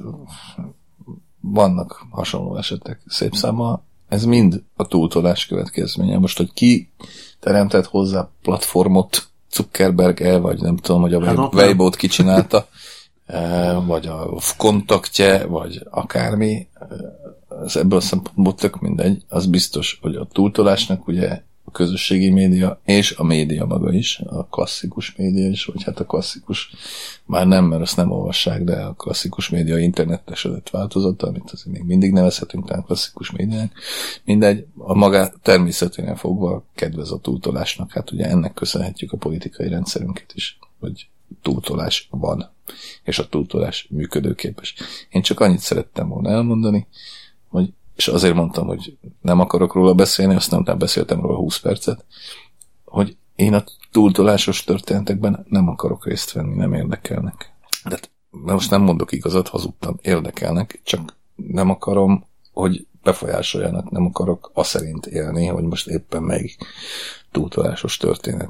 vannak hasonló esetek szép számmal. Ez mind a túltolás következménye. Most, hogy ki teremtett hozzá platformot, Zuckerberg vagy nem tudom, hogy a Weibo-t kicsinálta, vagy a kontaktje, vagy akármi, ez ebből a szempontból tök mindegy. Az biztos, hogy a túltolásnak ugye a közösségi média és a média maga is, a klasszikus média is, vagy hát a klasszikus, már nem, mert azt nem olvassák, de a klasszikus média internetesedett változata, amit azért még mindig nevezhetünk talán klasszikus médiának, mindegy, a maga természeténél fogva kedvez a túltolásnak, hát ugye ennek köszönhetjük a politikai rendszerünket is, hogy túltolás van, és a túltolás működőképes. Én csak annyit szerettem volna elmondani, hogy és azért mondtam, hogy nem akarok róla beszélni, aztán beszéltem róla 20 percet, hogy én a túltolásos történetekben nem akarok részt venni, nem érdekelnek. De most nem mondok igazat, hazudtam, érdekelnek, csak nem akarom, hogy befolyásoljanak, nem akarok azt szerint élni, hogy most éppen melyik túltolásos történet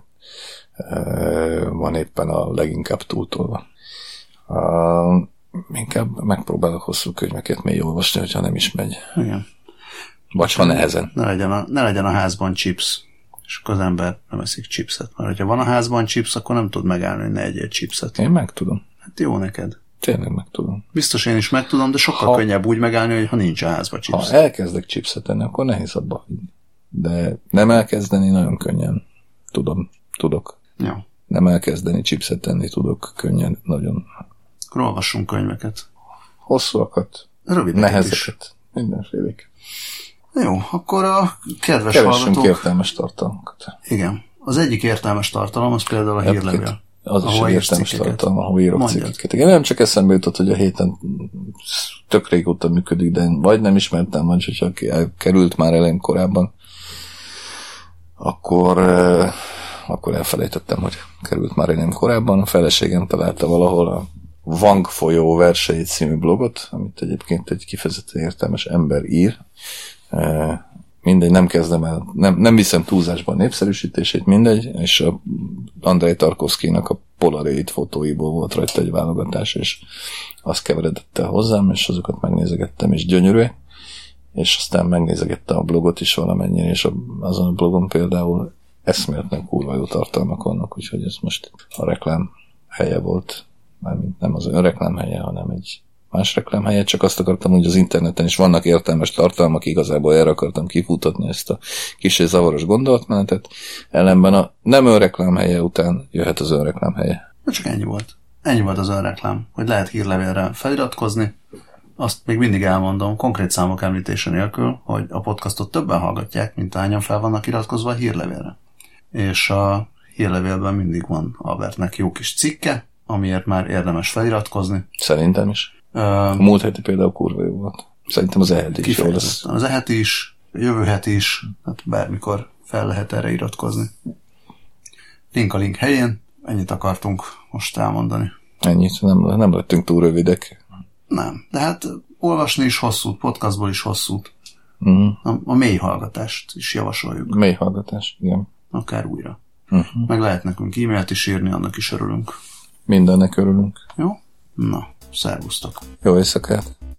van éppen a leginkább túltolva. Inkább megpróbálok hosszú könyveket még olvasni, hogyha nem is megy. Igen. Vagy ha nehezen. Ne legyen a házban chips, és akkor az ember nem eszik chipset. Mert ha van a házban chips, akkor nem tud megállni, hogy ne egyél chipset. Én meg tudom. Hát jó neked. Tényleg meg tudom. Biztos én is meg tudom, de sokkal könnyebb úgy megállni, hogy ha nincs a házban chips. Ha elkezdek chipset enni, akkor nehéz abba hinni. De nem elkezdeni nagyon könnyen. Tudok. Jó. Nem elkezdeni chipset enni tudok könnyen, nagyon. Akkor olvassunk könyveket. Hosszúakat, nehezeket, mindenfélék. Jó, akkor a kedves Keressünk hallgatók... értelmes tartalmakat. Igen. Az egyik értelmes tartalom, az például a hírlevél. Az is egy értelmes tartalom, ahol írok cikkeket. Igen, nem csak eszembe jutott, hogy a héten tök régóta működik, de vagy nem ismertem, vagy hogyha került már elém korábban, akkor elfelejtettem, hogy került már elém korábban. A feleségem találta valahol a Wang folyó versei című blogot, amit egyébként egy kifejezetten értelmes ember ír. Mindegy, nem kezdem el, nem viszem túlzásban a népszerűsítését, mindegy, és a Andrei Tarkovszkynak a Polaroid fotóiból volt rajta egy válogatás, és azt keveredett el hozzám, és azokat megnézegettem, és gyönyörűek, és aztán megnézegettem a blogot is valamennyire, és azon a blogon például eszméletlen kurva jó tartalmak vannak, úgyhogy ez most a reklám helye volt, mármint nem az önreklám helye, hanem egy más reklámhelye, csak azt akartam, hogy az interneten is vannak értelmes tartalmak, igazából erre akartam kifutatni ezt a kis és zavaros gondolatmenetet, ellenben a nem önreklámhelye után jöhet az önreklámhelye. Csak ennyi volt. Ennyi volt az önreklám, hogy lehet hírlevélre feliratkozni. Azt még mindig elmondom, konkrét számok említése nélkül, hogy a podcastot többen hallgatják, mint hányan fel vannak iratkozva a hírlevélre. És a hírlevélben mindig van Albertnek jó kis cikke, amiért már érdemes feliratkozni. Szerintem is. A múlt heti például kurva jó volt. Szerintem az eheti is jó lesz. Az eheti is, jövő heti is, hát bármikor fel lehet erre iratkozni. Link a link helyén, ennyit akartunk most elmondani. Ennyit, nem lettünk túl rövidek. Nem, de hát olvasni is hosszút, podcastból is hosszút. Uh-huh. A mély hallgatást is javasoljuk. Mély hallgatás, igen. Akár újra. meg lehet nekünk e-mailt is írni, annak is örülünk. Mindennek örülünk. Jó? Na, szervusztok. Jó éjszakát.